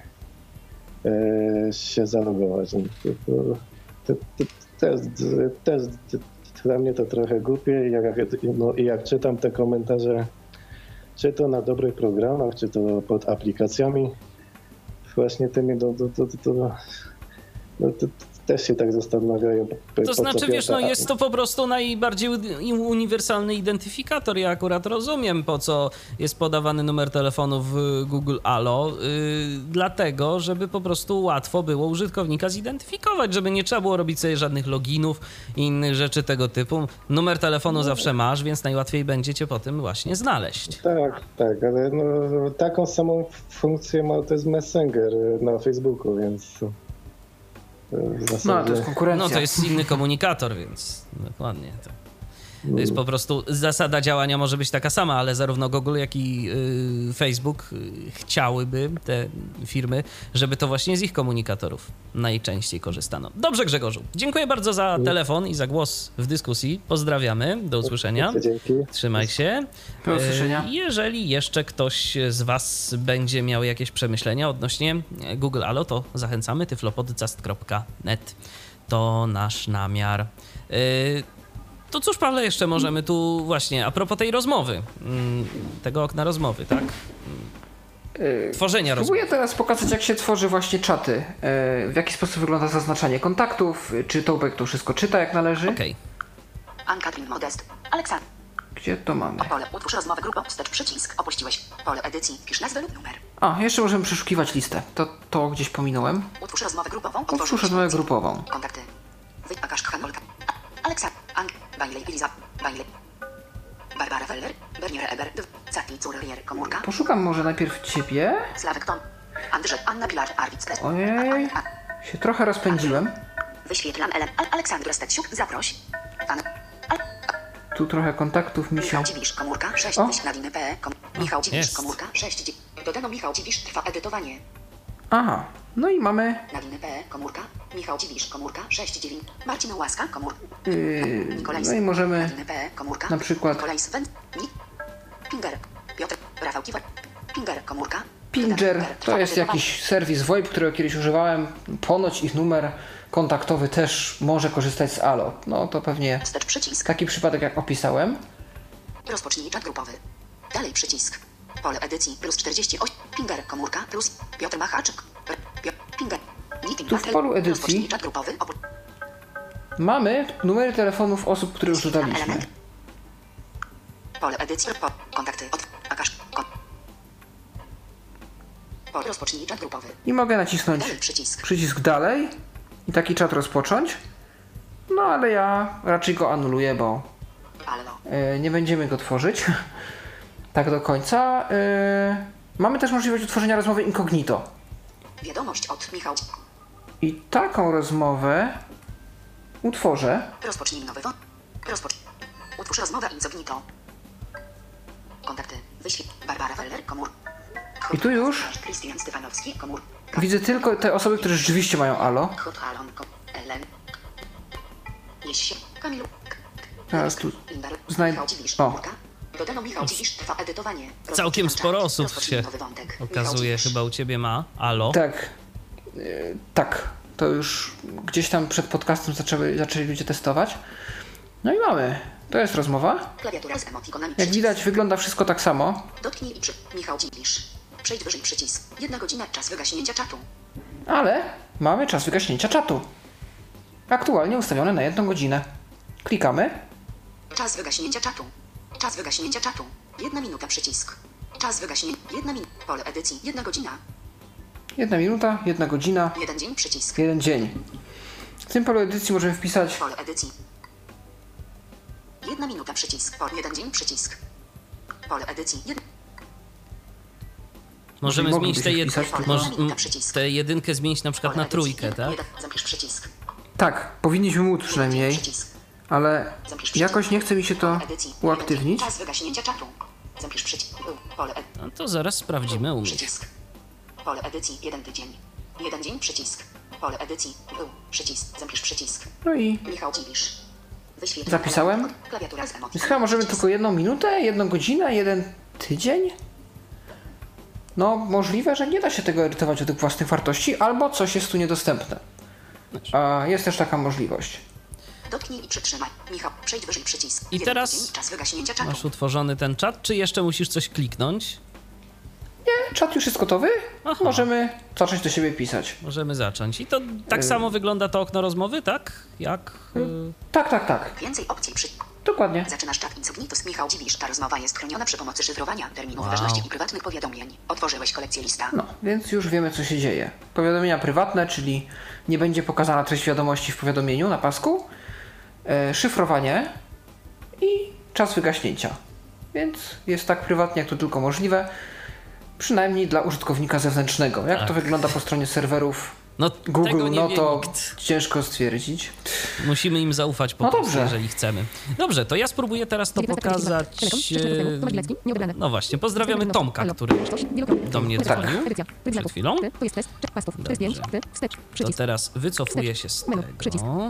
e, się zalogować. To, to, to, to, jest, to jest dla mnie to trochę głupie. Jak, no, i jak czytam te komentarze, czy to na dobrych programach, czy to pod aplikacjami, właśnie tymi, do, do, do, do, do, no, to, też się tak zastanawiają. To znaczy, wiesz, no jest to po prostu najbardziej uniwersalny identyfikator. Ja akurat rozumiem, po co jest podawany numer telefonu w Google Allo, yy, dlatego, żeby po prostu łatwo było użytkownika zidentyfikować, żeby nie trzeba było robić sobie żadnych loginów i innych rzeczy tego typu. Numer telefonu no. zawsze masz, więc najłatwiej będzie cię po tym właśnie znaleźć. Tak, tak, ale no, taką samą funkcję ma to jest Messenger na Facebooku, więc... No, to jest konkurencja. No, to jest inny komunikator, więc dokładnie. To, to jest po prostu zasada działania może być taka sama, ale zarówno Google, jak i y, Facebook y, chciałyby, te firmy, żeby to właśnie z ich komunikatorów najczęściej korzystano. Dobrze, Grzegorzu. Dziękuję bardzo za telefon i za głos w dyskusji. Pozdrawiamy. Do usłyszenia. Dzięki. Trzymaj się. Do usłyszenia. Jeżeli jeszcze ktoś z was będzie miał jakieś przemyślenia odnośnie Google Allo, to zachęcamy. tyflopodcast kropka net to nasz namiar. To cóż, Pawle, jeszcze możemy tu właśnie a propos tej rozmowy, tego okna rozmowy, tak? Tworzenia rozmowy. Spróbuję teraz pokazać, jak się tworzy właśnie czaty. W jaki sposób wygląda zaznaczanie kontaktów, czy Tołbek to wszystko czyta jak należy. Okej. Ann-Katrin Modest. Aleksandr. Gdzie to mamy? Pole utwórz rozmowę grupą, wstecz przycisk, opuściłeś. Pole edycji, pisz nazwę lub numer. A, jeszcze możemy przeszukiwać listę. To, to gdzieś pominąłem. Utwórz rozmowę grupową. Utwórz rozmowę grupową. Kontakty. Wy, Akasz, Hanolka. Aleksandr. Ang. Bailey, Eliza. Bailey. Barbara Feller. Bernier Eber. Cati, Currier, komórka. Poszukam może najpierw ciebie. Sławek Tom. Andrzej, Anna Pilar, Arwicz. Ojej. Się trochę rozpędziłem. Wyświetlam Ellen. Aleksandr Steciuk. Zaproś. An. Tu trochę kontaktów mi się... Michał Dziwisz, komórka, sześć, Nadiny P E, kom... Michał Dziwisz, komórka, sześć, dodano Michał Dziwisz, trwa edytowanie. Aha, no i mamy... Nadiny P E, komórka, Michał Dziwisz, komórka, sześć, dziewięć, Marcin Łaska, komórka. Yy, no i możemy Nadiny P E, komórka, na przykład... Nikolajs Wend, Nik, Pinger, Piotr, Rafał Kiwar, Pinger, komórka. Pinger, to jest jakiś serwis VoIP, którego kiedyś używałem. Ponoć ich numer kontaktowy też może korzystać z Allo. No to pewnie taki przypadek, jak opisałem. Rozpocznij czat grupowy. Dalej przycisk. Pole edycji plus czterdzieści osiem. Pinger, komórka plus Piotr Machaczyk. Pinger. Tu w polu edycji czat grupowy. mamy numery telefonów osób, które już dodaliśmy. Pole edycji. Po, kontakty. Od, Akasz. Kon. Pole rozpocznij czat grupowy. I mogę nacisnąć dalej przycisk. przycisk dalej i taki czat rozpocząć. No ale ja raczej go anuluję, bo yy, nie będziemy go tworzyć tak do końca. Yy, mamy też możliwość utworzenia rozmowy incognito. Wiadomość od Michał. I taką rozmowę utworzę. Rozpocznij nowy wątek. Rozpocz... Utwórz rozmowę incognito. Kontakty. Wyświetl. Barbara Feller, komór. I tu już Krystian Stefanowski, komór. widzę tylko te osoby, które rzeczywiście mają alo. Hot Halon, Ellen. Jesie, Kamilu. Teraz tu znajdę... O, Dodano Michał Dziwisz, trwa edytowanie. Całkiem sporo osób Rozpocznij się nowy wątek. okazuje, Michał chyba u ciebie ma. Alo? tak. Yy, tak. To już gdzieś tam przed podcastem zaczęły, zaczęli ludzie testować. No i mamy. To jest rozmowa. Klawiatura z emotikonami. Jak Przycisk. widać, wygląda wszystko tak samo. Dotknij i przy... Michał Dziwisz. Przejdź wyżej przycisk. Jedna godzina, czas wygaśnięcia czatu. Ale mamy czas wygaśnięcia czatu. Aktualnie ustawiony na jedną godzinę. Klikamy. Czas wygaśnięcia czatu. Czas wygaśnięcia czatu. Jedna minuta przycisk. Czas wygaśnięcia. Jedna minuta. Pole edycji. Jedna godzina. Jedna minuta, jedna godzina, Jeden dzień przycisk. jeden dzień. W tym polu edycji możemy wpisać Pole edycji. Jedna minuta przycisk. Pole jeden dzień przycisk. Pole edycji. Jed... Możemy moglibyśmy zmienić tę jed... wpisać, Moż... tylko- przycisk. tę jedynkę zmienić na przykład Pole na edycji. trójkę, Jeden- tak? jeden- Zamkniesz przycisk. tak, powinniśmy móc Jeden przynajmniej, dzień przycisk. ale Zamkniesz przycisk. jakoś nie chce mi się to Pole edycji. uaktywnić. Czas wygaśnięcia czatu. Zamkniesz przycisk. Pole ed... No to zaraz sprawdzimy u mnie. Przycisk. Pole edycji. Jeden tydzień. Jeden dzień przycisk. Pole edycji. Był. Przycisk. Zamkniesz przycisk. No i Michał Dziwisz. Wyświetl. Zapisałem. Klawiatura z emoji. więc chyba możemy tylko jedną minutę, jedną godzinę, jeden tydzień? No, możliwe, że nie da się tego edytować według własnych wartości, albo coś jest tu niedostępne. A jest też taka możliwość. Dotknij i przytrzymaj. Michał, przejdź wyżej przycisk. I Jeden teraz tydzień, czas wygaśnięcia czatu. Masz utworzony ten czat, czy jeszcze musisz coś kliknąć? Nie, czat już jest gotowy. Aha. Możemy zacząć do siebie pisać. Możemy zacząć. I to tak Y- samo wygląda to okno rozmowy, tak? Jak... y, Tak, tak, tak. Więcej opcji przy... Dokładnie. Zaczynasz czat Insognitus. Michał Dziwisz. Ta rozmowa jest chroniona przy pomocy szyfrowania, terminów Wow. ważności i prywatnych powiadomień. Otworzyłeś kolekcję lista. No, więc już wiemy, co się dzieje. Powiadomienia prywatne, czyli nie będzie pokazana treść wiadomości w powiadomieniu na pasku. E, szyfrowanie i czas wygaśnięcia. Więc jest tak prywatnie, jak to tylko możliwe. Przynajmniej dla użytkownika zewnętrznego. Jak Tak. to wygląda po stronie serwerów No, tego Google, nie no wie to nikt. ciężko stwierdzić. Musimy im zaufać po No prostu, dobrze. jeżeli chcemy. Dobrze, to ja spróbuję teraz to pokazać. e, No właśnie, pozdrawiamy Tomka, który do mnie dzwonił przed chwilą. To teraz wycofuję się z tego.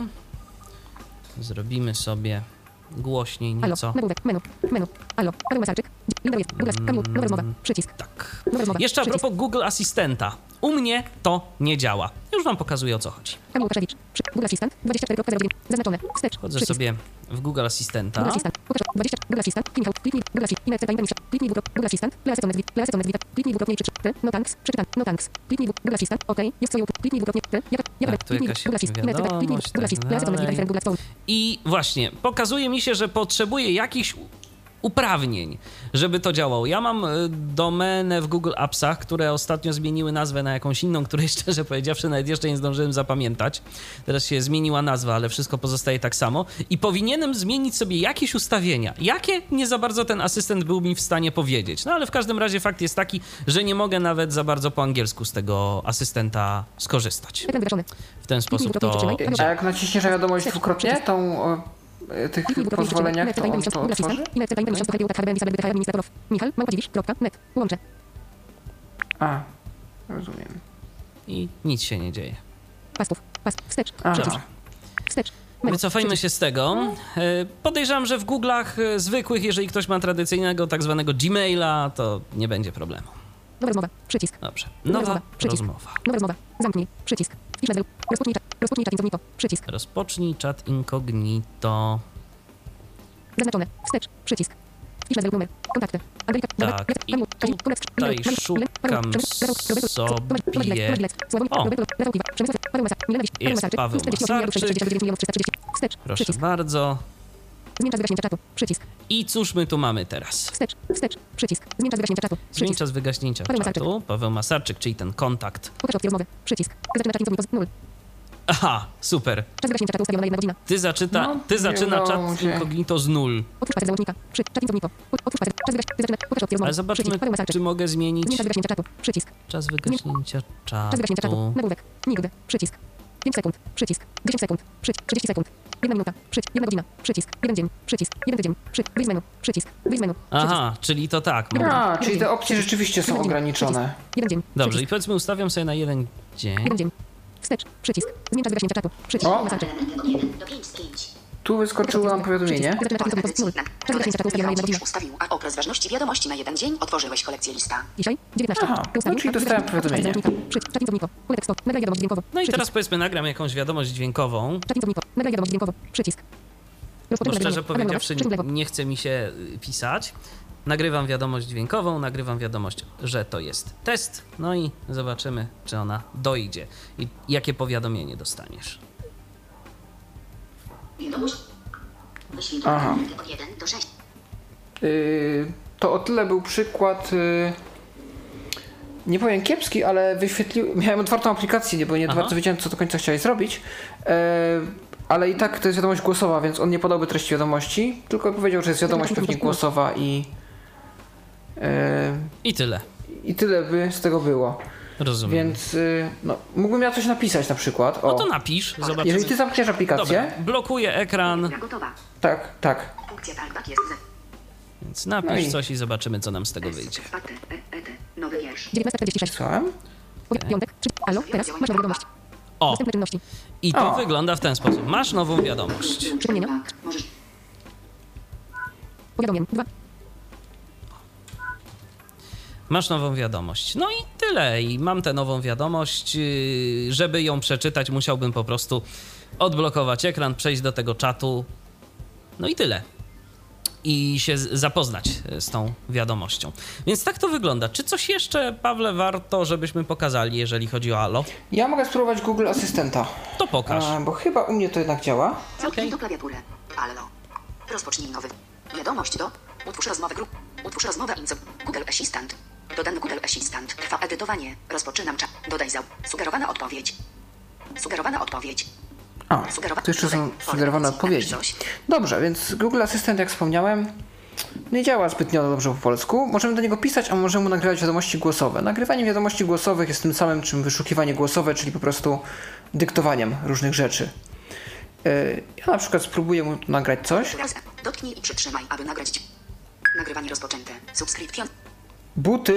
Zrobimy sobie głośniej Alo, nieco. nagłówek, menu, menu, alo, Paweł Masarczyk, Linda jest, Douglas, Kamil, nowa rozmowa, przycisk, Tak. nowa rozmowa, Jeszcze a przycisk, propos Google Asystenta. U mnie to nie działa. Już wam pokazuję, o co chodzi. Kamil Łukaszewicz, przy, Google Assistant, dwadzieścia cztery zero dziewięć, zaznaczone, wstecz, Wchodzę przycisk, sobie w Google Asystenta. Google Assistant, pokaż, dwadzieścia, Google Assistant, kliknij, kliknij, Google Assistant, inne ceta, internisza, kliknij Google, Google Assistant, Placeton Edwit, Placeton Edwit, kliknij dwukrotnie i przeczytaj, no thanks, przeczytam, no thanks, kliknij Google Assistant, ok, jest twoje, kliknij dwukrotnie, ty, jak, jak, Tak, tu kliknij jakaś Google Assistant, inne ceta, kliknij wiadomość, Google Assistant, tak Placeton Edwit, dalej. Google Phone, I właśnie, pokazuje mi się, że potrzebuję jakichś uprawnień, żeby to działało. Ja mam y, domenę w Google Appsach, które ostatnio zmieniły nazwę na jakąś inną, której szczerze powiedziawszy nawet jeszcze nie zdążyłem zapamiętać. Teraz się zmieniła nazwa, ale wszystko pozostaje tak samo. I powinienem zmienić sobie jakieś ustawienia. Jakie? Nie za bardzo ten asystent był mi w stanie powiedzieć. No ale w każdym razie fakt jest taki, że nie mogę nawet za bardzo po angielsku z tego asystenta skorzystać. ekran wygaszony, W ten sposób to A jak naciśniesz wiadomość dwukrotnie, tą o, e, tych kliknij dwukrotnie i pozwoleniach, przeczytaj, to inne on ceta, to Google otworzy? Assistant, inne ceta, internisza, H B N, Isabel, administratorów, Michal, małpadziwisz, kropka, net, łączę, A, rozumiem. i nic się nie dzieje. pastów, past, wstecz, Aha. przycisk, wstecz, menu, Wycofajmy przycisk, się z tego. E, Podejrzewam, że w Google'ach e, zwykłych, jeżeli ktoś ma tradycyjnego tak zwanego Gmaila, to nie będzie problemu. nowa rozmowa, przycisk, Dobrze. Nowa Nowa rozmowa, przycisk. rozmowa. nowa rozmowa, zamknij, przycisk, wpisz nazwę, rozpocznij czat, rozpocznij czat incognito, przycisk, Rozpocznij czat incognito. zaznaczone, wstecz, przycisk, wpisz nazwę, numer, kontakty, Angelika, Tak, i tutaj szukam sobie- O! Jest Paweł Masarczyk. wstecz, Proszę przycisk, bardzo. zmień czas wygaśnięcia czatu, przycisk, I cóż my tu mamy teraz? wstecz, wstecz, przycisk, zmień czas wygaśnięcia czatu, Zmień przycisk, czas wygaśnięcia Paweł Masarczyk. czatu. Paweł Masarczyk, czyli ten kontakt. pokaż opcję rozmowy, przycisk, zaczyna czat incognito, nul, Aha, super. czas wygaśnięcia czatu ustawiony na jedna godzina, Ty, zaczyta, No, ty nie zaczyna udało czat się. incognito z nul. otwórz pasek załącznika, przy, czat incognito, otwórz pasek, czas wygaśnięcia, ty zaczyna, pokaż opcję rozmowy, Ale zobaczmy, przycisk, Paweł Masarczyk, czy mogę zmienić zmień czas wygaśnięcia czatu, przycisk, czas wygaśnięcia czas wygaśnięcia czatu, czatu. nagłówek, nigdy, przycisk, pięć sekund, przycisk, dziesięć sekund, przycisk, trzydzieści sekund, jedna minuta, przycisk, jedna godzina, przycisk, jeden dzień, przycisk, jeden tydzień, przycisk, wyjść z menu, przycisk, wyjść z menu, przycisk. Aha, czyli to tak. Jeden mogę- A, czyli te opcje rzeczywiście są ograniczone. Jeden dzień, Dobrze, i przycisk, powiedzmy ustawiam sobie na jeden dzień. jeden dzień, wstecz, przycisk, zmień czas wygaśnięcia czatu, przycisk, O! masaczy, Do pięć z pięć. Tu wyskoczyło nam powiadomienie. zaczyna czatu nul, czas wygaśnięcia czatu ustawiony na jedną godzinę, Ustawił, a okres ważności wiadomości na jeden dzień. Otworzyłeś kolekcję lista. dzisiaj, dziewiętnaście, Aha, no ustawił, czyli czas dostałem wygaśnięcia, powiadomienie. czas przycisk, czat incognito, pole tekstowe, nagraj wiadomość dźwiękowo, No i przycisk, teraz powiedzmy nagram jakąś wiadomość dźwiękową, czat incognito, nagraj wiadomość dźwiękowo, przycisk. bo Rozpoczynamy szczerze nagrywanie. powiedziawszy Przycisk lewo. nie chce mi się y, pisać. Nagrywam wiadomość dźwiękową, nagrywam wiadomość, że to jest test, no i zobaczymy, czy ona dojdzie i jakie powiadomienie dostaniesz. Wiadomość. Wyślij Aha. od jeden do sześciu. Yy, to o tyle był przykład, yy, nie powiem kiepski, ale wyświetlił, miałem otwartą aplikację, nie, bo nie Aha. bardzo wiedziałem, co do końca chciałeś zrobić, yy, ale i tak to jest wiadomość głosowa, więc on nie podałby treści wiadomości, tylko powiedział, że jest wiadomość pewnie głosowa i yy, I tyle. i tyle by z tego było. Rozumiem. Więc yy, no, mógłbym ja coś napisać na przykład. O, No to napisz, zobaczymy. jeżeli ty zamkniesz aplikację, Dobra, blokuję ekran, Gra gotowa. tak, tak, Funkcja talkback jest z. więc napisz No i- coś i zobaczymy, co nam z tego wyjdzie. Spate, e, ete, nowy wiersz. dziewiętnaście czterdzieści sześć, słuchałem. Powie- piątek, trzy, alo, teraz masz nową wiadomość, O, następne czynności, i to O. wygląda w ten sposób. Masz nową wiadomość. przypomnienia, Możesz. powiadomień, dwa, Masz nową wiadomość. No i tyle. I mam tę nową wiadomość. Yy, Żeby ją przeczytać, musiałbym po prostu odblokować ekran, przejść do tego czatu. No i tyle. I się z- zapoznać z tą wiadomością. Więc tak to wygląda. Czy coś jeszcze, Pawle, warto, żebyśmy pokazali, jeżeli chodzi o Allo? Ja mogę spróbować Google Asystenta, To pokaż. a, bo chyba u mnie to jednak działa. Zamknij do klawiatury. Allo. Rozpocznij nowy. Wiadomość do. Utwórz rozmowę grup. Utwórz rozmowę inco. Google Assistant. Dodany Google Assistant. Trwa edytowanie. Rozpoczynam czat. Dodaj zał. Sugerowana odpowiedź. Sugerowana odpowiedź. A, Sugerowa- to jeszcze są Dodaj sugerowane pole odpowiedzi. napisz coś. Dobrze, więc Google Asystent, jak wspomniałem, nie działa zbytnio dobrze po polsku. Możemy do niego pisać, a możemy mu nagrywać wiadomości głosowe. Nagrywanie wiadomości głosowych jest tym samym, czym wyszukiwanie głosowe, czyli po prostu dyktowaniem różnych rzeczy. Yy, Ja na przykład spróbuję mu tu nagrać coś. Raz. Dotknij i przytrzymaj, aby nagrać. dź- Nagrywanie rozpoczęte. Subskrypcja. Buty.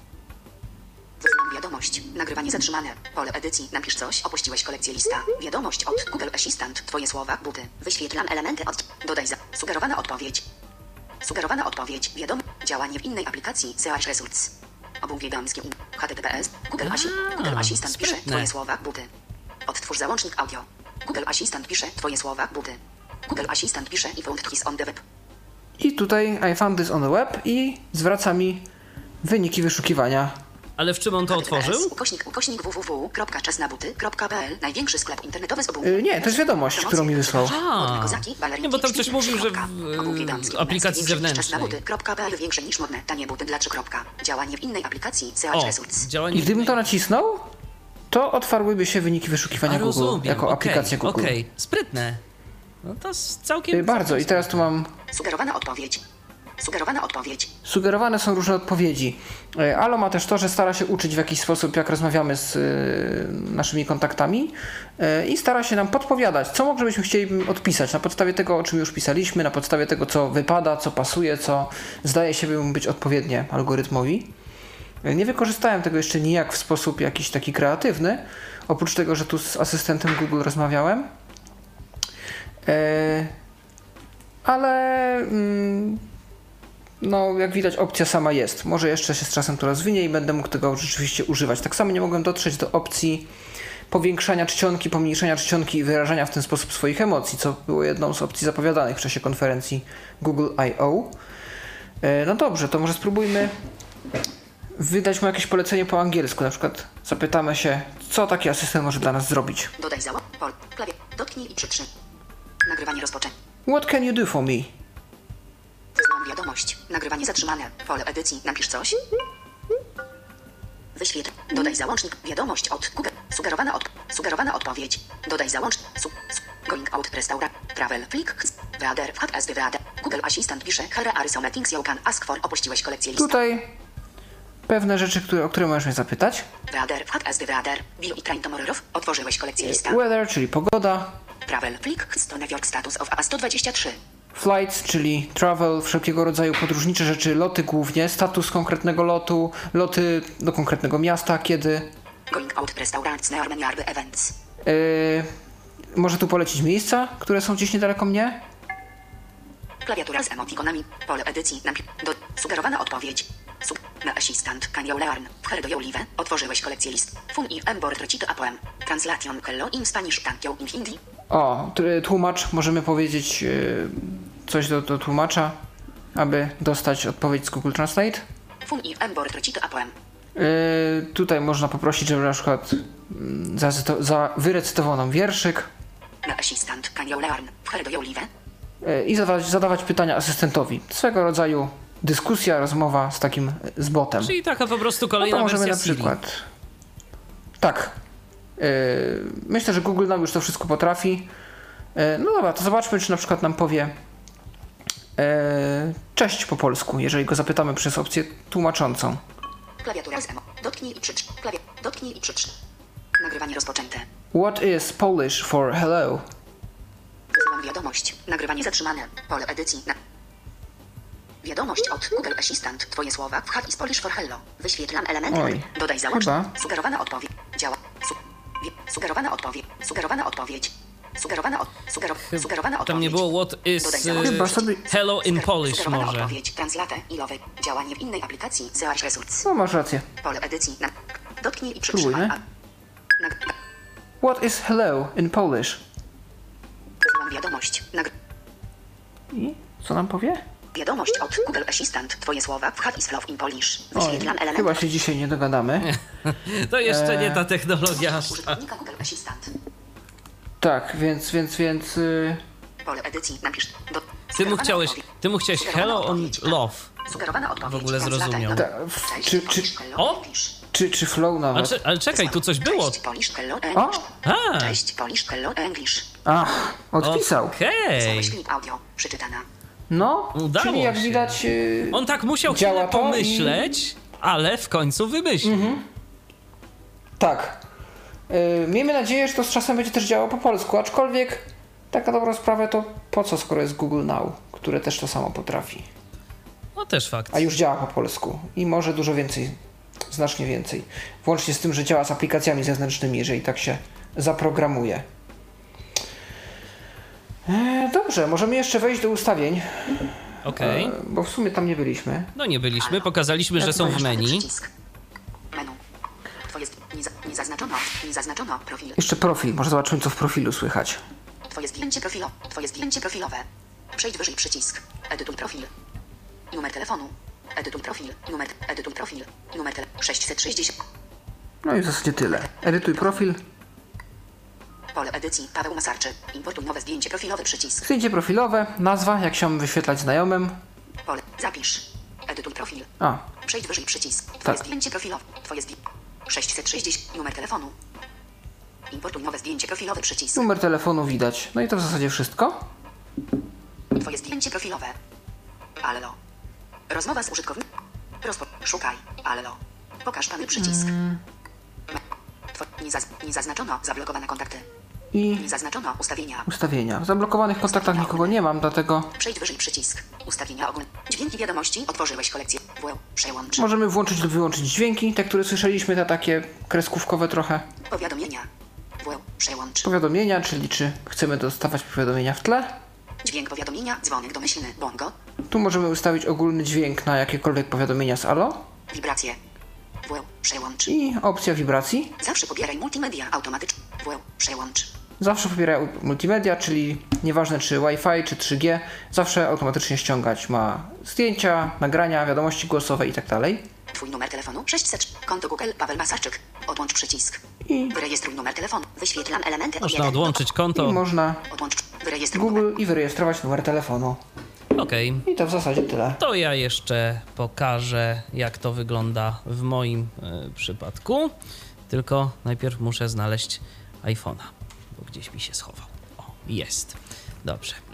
Wyznam wiadomość. Nagrywanie zatrzymane. Pole edycji. Napisz coś. Opuściłeś kolekcję lista. Wiadomość od Google Assistant. Twoje słowa. Buty. Wyświetlam elementy od. Dodaj za. Sugerowana odpowiedź. Sugerowana odpowiedź. Wiadomo. Działanie w innej aplikacji. Search Results. Obłąd damskie. H T T P S. Google, Asi Google Assistant pisze. sprytne. Twoje słowa. Buty. Odtwórz załącznik audio. Google Assistant pisze. Twoje słowa. Buty. Google Assistant pisze i found this on the web. I tutaj I found this on the web i zwraca mi wyniki wyszukiwania. Ale w czym on to H T T P S, otworzył? Ukośnik, ukośnik www kropka czasnabuty kropka p l. Największy sklep internetowy z obuwą. Yy, nie, to jest wiadomość, którą mi wysłał. A, Kozaki, balerki, nie, bo tam coś szpilki, mówił, że kropka. w, Obuwie e, damskie, aplikacji męskie, większe niż zewnętrznej. czasnabuty kropka p l. Większe niż modne, tanie buty dla trzy. Kropka. Działanie w innej aplikacji. Search O, Results. działanie... I gdybym to nacisnął, to otwarłyby się wyniki wyszukiwania A, Google rozumiem. jako Okej, aplikacja Google. Okej, sprytne. No to s- całkiem... Yy, Bardzo. I teraz tu mam Sugerowana odpowiedź. Sugerowana odpowiedź. sugerowane są różne odpowiedzi. E, Allo ma też to, że stara się uczyć w jakiś sposób, jak rozmawiamy z e, naszymi kontaktami e, i stara się nam podpowiadać, co może byśmy chcieli odpisać na podstawie tego, o czym już pisaliśmy, na podstawie tego, co wypada, co pasuje, co zdaje się być odpowiednie algorytmowi. E, Nie wykorzystałem tego jeszcze nijak w sposób jakiś taki kreatywny, oprócz tego, że tu z asystentem Google rozmawiałem. E, ale... Mm, No, jak widać, opcja sama jest. Może jeszcze się z czasem to rozwinie i będę mógł tego rzeczywiście używać. Tak samo nie mogłem dotrzeć do opcji powiększania czcionki, pomniejszania czcionki i wyrażania w ten sposób swoich emocji, co było jedną z opcji zapowiadanych w czasie konferencji Google I O. No dobrze, to może spróbujmy wydać mu jakieś polecenie po angielsku. Na przykład zapytamy się, co taki asystent może dla nas zrobić. Dodaj załącz. Pol. Klawiat. Dotknij i przytrzym. Nagrywanie rozpoczęte. What can you do for me? Wyznam wiadomość. Nagrywanie zatrzymane. Pole edycji. Napisz coś. Wyświetl. Dodaj załącznik. Wiadomość od Google. Sugerowana, od... Sugerowana odpowiedź. Dodaj załącznik. Su... Su... Going out restaura. Travel. Flick. Weather. Whad as the weather. Google Assistant pisze. Here are some things you can ask for. Opuściłeś kolekcję lista. Tutaj pewne rzeczy, które, o które możesz mnie zapytać. Weather, wchod as the weather, Bill i Train Tomorrow, otworzyłeś kolekcję lista. Weather, czyli pogoda. Travel, flick, stronę York Status of A sto dwadzieścia trzy. Flights, czyli travel, wszelkiego rodzaju podróżnicze rzeczy, loty głównie, status konkretnego lotu, loty do konkretnego miasta, kiedy. Going out restaurants near many arby events. Yy, może tu polecić miejsca, które są gdzieś niedaleko mnie? Klawiatura z emotikonami, pole edycji, napi- do, sugerowana odpowiedź. Sub, na assistant, can you learn, wcher do Jolive, otworzyłeś kolekcję list. Fun i embord recito a poem. Translation hello in Spanish, thank you in Hindi. O, t- tłumacz, możemy powiedzieć yy, coś do, do tłumacza, aby dostać odpowiedź z Google Translate. Fun i embord recito a poem. Yy, tutaj można poprosić, żeby na przykład yy, za, za wyrecytował nam wierszyk Na assistant, can you learn, wcher do Jolive. yy, i zadawać, zadawać pytania asystentowi. Swego rodzaju dyskusja, rozmowa z takim, z botem. Czyli taka po prostu No kolejna to możemy wersja na Siri. przykład. Tak. Yy, myślę, że Google nam już to wszystko potrafi. Yy, no dobra, to zobaczmy, czy na przykład nam powie yy, cześć po polsku, jeżeli go zapytamy przez opcję tłumaczącą. Klawiatura z emo. Dotknij i przytrz. Klawia. Dotknij i przytrz. Nagrywanie rozpoczęte. What is Polish for hello? Wysyłam wiadomość. Nagrywanie zatrzymane. Pole edycji. Na... Wiadomość od Google Assistant. Twoje słowa w H is Polish for hello. Wyświetlam elementy. Oj, Dodaj załącznik. chyba. Sugerowana odpowiedź. Działa. Su... Wie... Sugerowana odpowiedź. Sugerowana odpowiedź. Sugerowana od... Sugero... Sugerowana odpowiedź. Tam nie było what is Dodaj y, załącznik. Chyba sobie- hello in Suger- Polish Sugerowana może. odpowiedź. Translate ilowe. Działanie w innej aplikacji. Search results. No, masz rację. Pole edycji. Na... Dotknij i przytrzymaj. Spróbujmy. A... Nag... What is hello in Polish? Wysyłam wiadomość. Nag... I co nam powie? Wiadomość od Google Assistant. Twoje słowa w H is love in Polish. Oj, Wyświetlam element. chyba się dzisiaj nie dogadamy. To jeszcze nie ta technologia aż tak. Użytkownika Google Assistant. Tak, więc, więc, więc... Yy, Pole edycji. Napisz. Do... Ty mu chciałeś, ty mu chciałeś hello on love. Sugerowana odpowiedź. W ogóle zrozumiał. Ta, w- Cześć, czy- Polish, czy- hello, O! English. czy, czy flow Ale, nawet? cze- ale czekaj, tu coś było. Cześć, Polish, hello, O! English. A, Cześć, Polish, hello, English. Ach, odpisał. okej. Wysłałeś klip audio. Przeczytana. No, Udało czyli jak się. widać... Yy, On tak musiał Działa chwilę to i- pomyśleć, ale w końcu wymyślił. Tak. Yy, miejmy nadzieję, że to z czasem będzie też działało po polsku, aczkolwiek taka dobra sprawa to po co, skoro jest Google Now, które też to samo potrafi. No też fakt. A już działa po polsku i może dużo więcej, znacznie więcej. Włącznie z tym, że działa z aplikacjami zewnętrznymi, jeżeli tak się zaprogramuje. E, dobrze, możemy jeszcze wejść do ustawień, Okej. e, bo w sumie tam nie byliśmy. No nie byliśmy, pokazaliśmy, że są w menu. Przycisk. Menu. Twoje zd- nie, za- nie zaznaczono. Nie zaznaczono. Profil. Jeszcze profil, może zobaczymy, co w profilu słychać. Twoje zdjęcie profilowe. Twoje zdjęcie profilowe. Przejdź wyżej przycisk. Edytuj profil. Numer telefonu. Edytuj profil. Numer. Edytuj profil. Numer tele. sześćset sześćdziesiąt. No i w zasadzie tyle. Edytuj profil. Pole edycji. Paweł Masarczy. Importuj nowe zdjęcie profilowe przycisk. Zdjęcie profilowe, nazwa, jak się wyświetlać znajomym. Pole. Zapisz. Edytuj profil. A, Przejdź wyżej przycisk. Twoje Tak. zdjęcie profilowe. Twoje zdjęcie. sześćset sześćdziesiąt. Numer telefonu. Importuj nowe zdjęcie profilowe przycisk. numer telefonu widać. No i to w zasadzie wszystko. Twoje zdjęcie profilowe. Allo. Rozmowa z użytkownikiem. Rozpo... Szukaj. Allo. Pokaż pany przycisk. Two... Nie, zaz... nie zaznaczono zablokowane kontakty. I Nie zaznaczono ustawienia. ustawienia. W zablokowanych kontaktach nikogo nie mam, dlatego Przejdź wyżej przycisk. Ustawienia ogólne. Dźwięki wiadomości. Otworzyłeś kolekcję. W. Przełącz. możemy włączyć lub wyłączyć dźwięki, te, które słyszeliśmy, te takie kreskówkowe trochę. Powiadomienia. W. Przełącz. Powiadomienia, czyli czy chcemy dostawać powiadomienia w tle. Dźwięk powiadomienia. Dzwonek domyślny. Bongo. Tu możemy ustawić ogólny dźwięk na jakiekolwiek powiadomienia z A L O Wibracje. W. Przełącz. i opcja wibracji. Zawsze pobieraj multimedia automatycznie. W. Przełącz. Zawsze pobiera multimedia, czyli nieważne czy Wi-Fi, czy trzy G, zawsze automatycznie ściągać ma zdjęcia, nagrania, wiadomości głosowe i tak dalej. Twój numer telefonu sześćset. Konto Google Paweł Masarczyk. Odłącz przycisk. I, Wyrejestruj numer telefonu. Wyświetlam elementy. Można jeden. odłączyć konto. i można Odłącz. Wyrejestruj numer. Google i wyrejestrować numer telefonu. Okej. I to w zasadzie tyle. To ja jeszcze pokażę, jak to wygląda w moim y, przypadku. Tylko najpierw muszę znaleźć iPhone'a, bo gdzieś mi się schował. O, jest. Dobrze.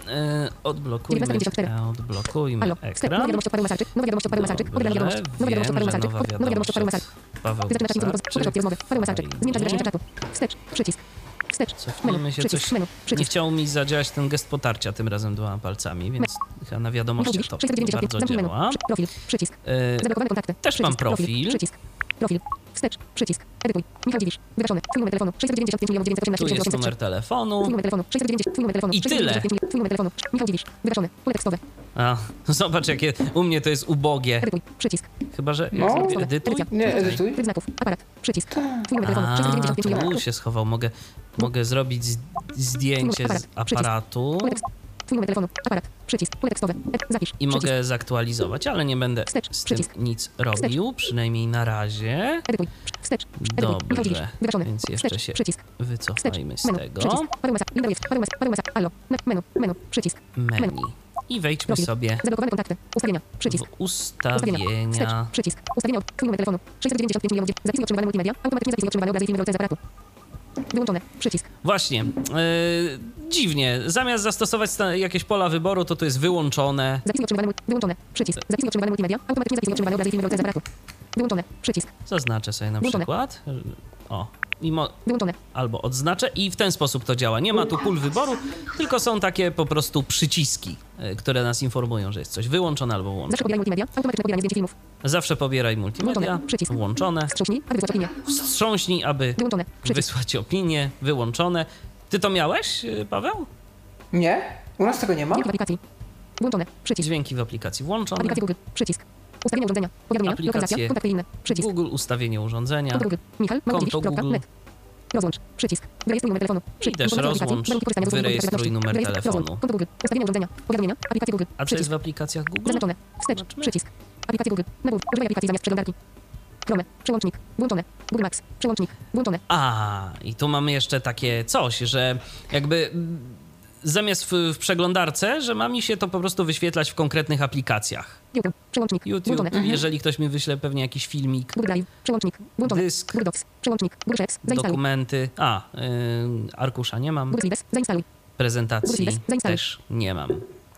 odblokujmy, odblokujmy Alo, ekran. nowa wiadomość od Paweł Masarczyk, nowa wiadomość od Paweł Masarczyk, odebrana wiadomość, nowa wiadomość od Paweł Masarczyk, nowa wiadomość od Paweł Masarczyk. Paweł Zaznaczona takim Masarczyk. Pokaż opcję rozmowy. Paweł Masarczyk. Zmień czas wygaśnięcia czatu. Wstecz. Przycisk. Wstecz. Cofnijmy Menu. się, Przycisk. coś Menu. nie Przycisk. chciał mi zadziałać ten gest potarcia tym razem dwoma palcami, więc chyba na wiadomościach to sześćset dziewięćdziesiąt pięć. bardzo Zamknij menu. działa. Przy- Profil. Przycisk. E, Zablokowane kontakty. też mam Przycisk. profil. Przycisk. Profil. Wstecz. Przycisk. Edytuj. Michał Dziwisz. Wygaszony. Twój numer telefonu. sześćset dziewięćdziesiąt pięć dziewięćset Tu osiemnaście jest numer telefonu. Twój numer telefonu. sześćset dziewięćdziesiąt. Twój numer telefonu. I sześćset dziewięćdziesiąt pięć. Twój numer telefonu. Michał Dziwisz. Wygaszony. Pole tekstowe. A, zobacz, jakie u mnie to jest ubogie. Edytuj. Przycisk. Chyba, że No. jak zrobię edytuj. Nie, edytuj. Tryb znaków. Aparat. Przycisk. Twój numer telefonu. A, sześćset dziewięćdziesiąt pięć tu milionów. się schował. Mogę, mogę zrobić z- zdjęcie z aparatu Pole tekst- Twój numer telefonu. Aparat. Przycisk. Pole tekstowe. Ed- Zapisz. i Przycisk. mogę zaktualizować, ale nie będę Wstecz. z tym Przycisk. nic robił, przynajmniej na razie. Edytuj. Wstecz. Edytuj. Michał Dziwisz. Dobrze, Wygaszony. więc jeszcze Wstecz. się Przycisk. wycofajmy z Menu. tego. Przycisk. Paweł Masarczyk. Linda jest. Paweł Masarczyk. Paweł Masarczyk. Alo. Me- Menu. Menu. Przycisk. Menu. I wejdźmy Profil. sobie Zablokowane kontakty. Ustawienia. Przycisk. w Ustawienia. Wstecz. ustawienia. Przycisk. Ustawienia. Twój numer telefonu. sześćset dziewięćdziesiąt pięć milionów. Zapisuj otrzymywane multimedia. Automatycznie zapisuj otrzymywane obrazy i filmy w rolce z aparatu. Wyłączone. Przycisk. Właśnie. Yy, dziwnie. Zamiast zastosować sta- jakieś pola wyboru, to to jest wyłączone. Zapisuj otrzymywane multi- Wyłączone. Przycisk. Zapisuj otrzymywane multimedia. Automatycznie zapisuj otrzymywane obrazy i filmy w rolce z aparatu. Wyłączone. Przycisk. Zaznaczę sobie na Wyłączone. przykład. O. I mo- Wyłączone. albo odznaczę i w ten sposób to działa. Nie ma tu pól wyboru, tylko są takie po prostu przyciski, y, które nas informują, że jest coś wyłączone albo włączone. Zawsze pobieraj multimedia. Automatyczne pobieranie zdjęć i filmów. Zawsze pobieraj multimedia, Włączone. Przycisk. włączone. Wstrząśnij, aby wysłać opinię. Wstrząśnij, aby Wyłączone. Przycisk. wysłać opinię, wyłączone. Ty to miałeś, y, Paweł? Nie? U nas tego nie ma? Dźwięki w aplikacji. Włączone. Przycisk. Dźwięki w aplikacji włączone. Aplikacja Google. Przycisk. Ustawienia urządzenia. Powiadomienia. Aplikacje Lokalizacja. Kontakty inne. Przycisk. Google, ustawienie urządzenia. Konto Google. Michał. Konto Małdziwisz. Kropka. Google. Net. Rozłącz. Przycisk. Wyrejestruj numer telefonu. Przy- I też informacje aplikacji. rozłącz. Warunki korzystania z usług Wyrejestruj prywatności. numer Wyrejestruj- telefonu. rozłącz. Konto Google. Ustawienia urządzenia. Powiadomienia. Aplikacja Google. A co Przycisk. jest w aplikacjach Google? Zaznaczone. Wstecz. Zobaczmy. Przycisk. Aplikacja Google. Nabór. Używaj aplikacji zamiast przeglądarki. Chrome. Przełącznik. Włączone. Google Maps. Przełącznik. Włączone. A, i tu mamy jeszcze takie coś, że jakby mm, zamiast w, w przeglądarce, że ma mi się to po prostu wyświetlać w konkretnych aplikacjach. YouTube. Przełącznik. YouTube, Włączone. jeżeli ktoś mi wyśle pewnie jakiś filmik, Google Drive. Przełącznik. Włączone. Dysk. Google Docs. Przełącznik. Google Sheets. Zainstaluj. dokumenty. A, y, arkusza nie mam, Google Slides. Zainstaluj. prezentacji Slides. Zainstaluj. też nie mam.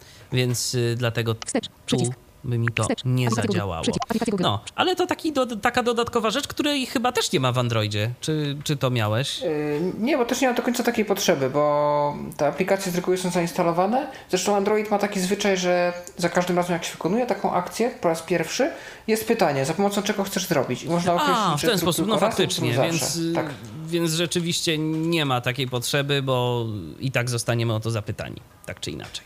Więc y, dlatego Wstecz. tu Przycisk. by mi to Wstecz. nie Aplikacja Google. zadziałało. Przycisk. Aplikacja Google. No, ale to taki do, taka dodatkowa rzecz, której chyba też nie ma w Androidzie. Czy, czy to miałeś? Yy, nie, bo też nie mam do końca takiej potrzeby, bo te aplikacje z reguły są zainstalowane. Zresztą Android ma taki zwyczaj, że za każdym razem jak się wykonuje taką akcję po raz pierwszy, jest pytanie, za pomocą czego chcesz zrobić. I można określić, A, w czy ten zrób sposób, no tylko raz, lub faktycznie, zrób więc, zawsze. Tak. więc rzeczywiście nie ma takiej potrzeby, bo i tak zostaniemy o to zapytani, tak czy inaczej.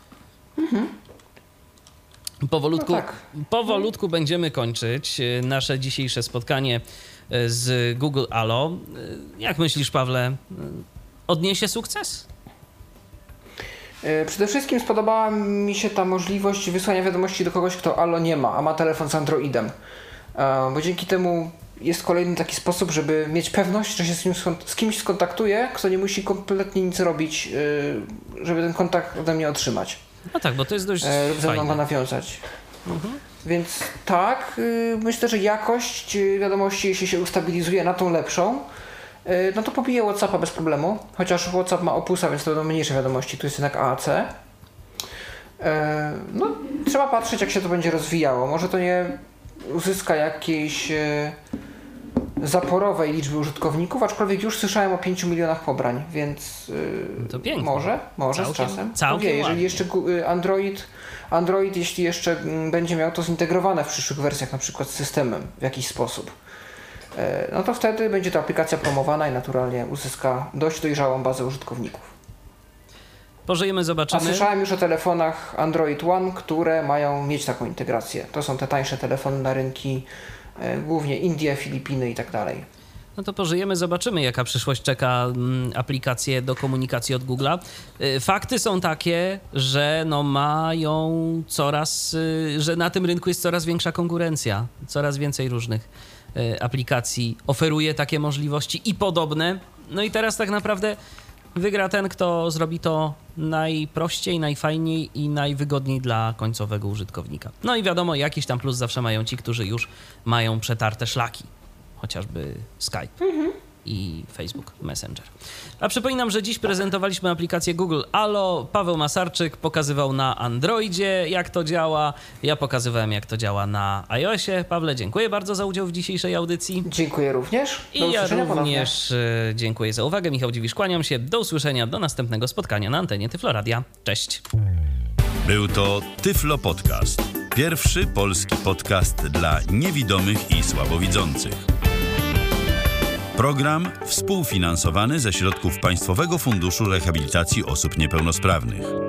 Powolutku, No tak. powolutku będziemy kończyć e, nasze dzisiejsze spotkanie e, z Google Allo. E, Jak myślisz, Pawle, e, odniesie sukces? Yy, Przede wszystkim spodobała mi się ta możliwość wysłania wiadomości do kogoś, kto Allo nie ma, a ma telefon z Androidem. Yy, Bo dzięki temu jest kolejny taki sposób, żeby mieć pewność, że się z, nim skont- z kimś skontaktuje, kto nie musi kompletnie nic robić, yy, żeby ten kontakt ode mnie otrzymać. No tak, bo to jest dość e, lub ze mną go fajne. nawiązać. Więc tak, y, myślę, że jakość y, wiadomości, jeśli się ustabilizuje na tą lepszą, y, no to pobije WhatsAppa bez problemu, chociaż WhatsApp ma Opusa, więc to będą mniejsze wiadomości, tu jest jednak A A C. Y, no, trzeba patrzeć, jak się to będzie rozwijało. Może to nie uzyska jakiejś y, zaporowej liczby użytkowników, aczkolwiek już słyszałem o pięciu milionach pobrań, więc yy, To pięknie. może, może Całkiem- z czasem. całkiem Wie, jeżeli ładnie. jeszcze gu- y, Android, Android, jeśli jeszcze mm, będzie miał to zintegrowane w przyszłych wersjach, na przykład z systemem w jakiś sposób, yy, no to wtedy będzie ta aplikacja promowana i naturalnie uzyska dość dojrzałą bazę użytkowników. Pożyjemy, A zobaczymy. słyszałem już o telefonach Android One, które mają mieć taką integrację. To są te tańsze telefony na rynki, yy, głównie Indie, Filipiny i tak dalej. No to pożyjemy, zobaczymy, jaka przyszłość czeka mm, aplikacje do komunikacji od Google'a. Y, Fakty są takie, że no mają coraz, y, że na tym rynku jest coraz większa konkurencja. Coraz więcej różnych y, aplikacji oferuje takie możliwości i podobne. No i teraz tak naprawdę wygra ten, kto zrobi to najprościej, najfajniej i najwygodniej dla końcowego użytkownika. No i wiadomo, jakiś tam plus zawsze mają ci, którzy już mają przetarte szlaki. Chociażby Skype i Facebook Messenger. A przypominam, że dziś prezentowaliśmy aplikację Google Allo. Paweł Masarczyk pokazywał na Androidzie, jak to działa. Ja pokazywałem, jak to działa na iOSie. Pawle, dziękuję bardzo za udział w dzisiejszej audycji. Dziękuję również. Do I ja również ponownie. Dziękuję za uwagę. Michał Dziwisz, kłaniam się. Do usłyszenia, do następnego spotkania na antenie Tyflo Radia. Cześć. Był to Tyflo Podcast. Pierwszy polski podcast dla niewidomych i słabowidzących. Program współfinansowany ze środków Państwowego Funduszu Rehabilitacji Osób Niepełnosprawnych.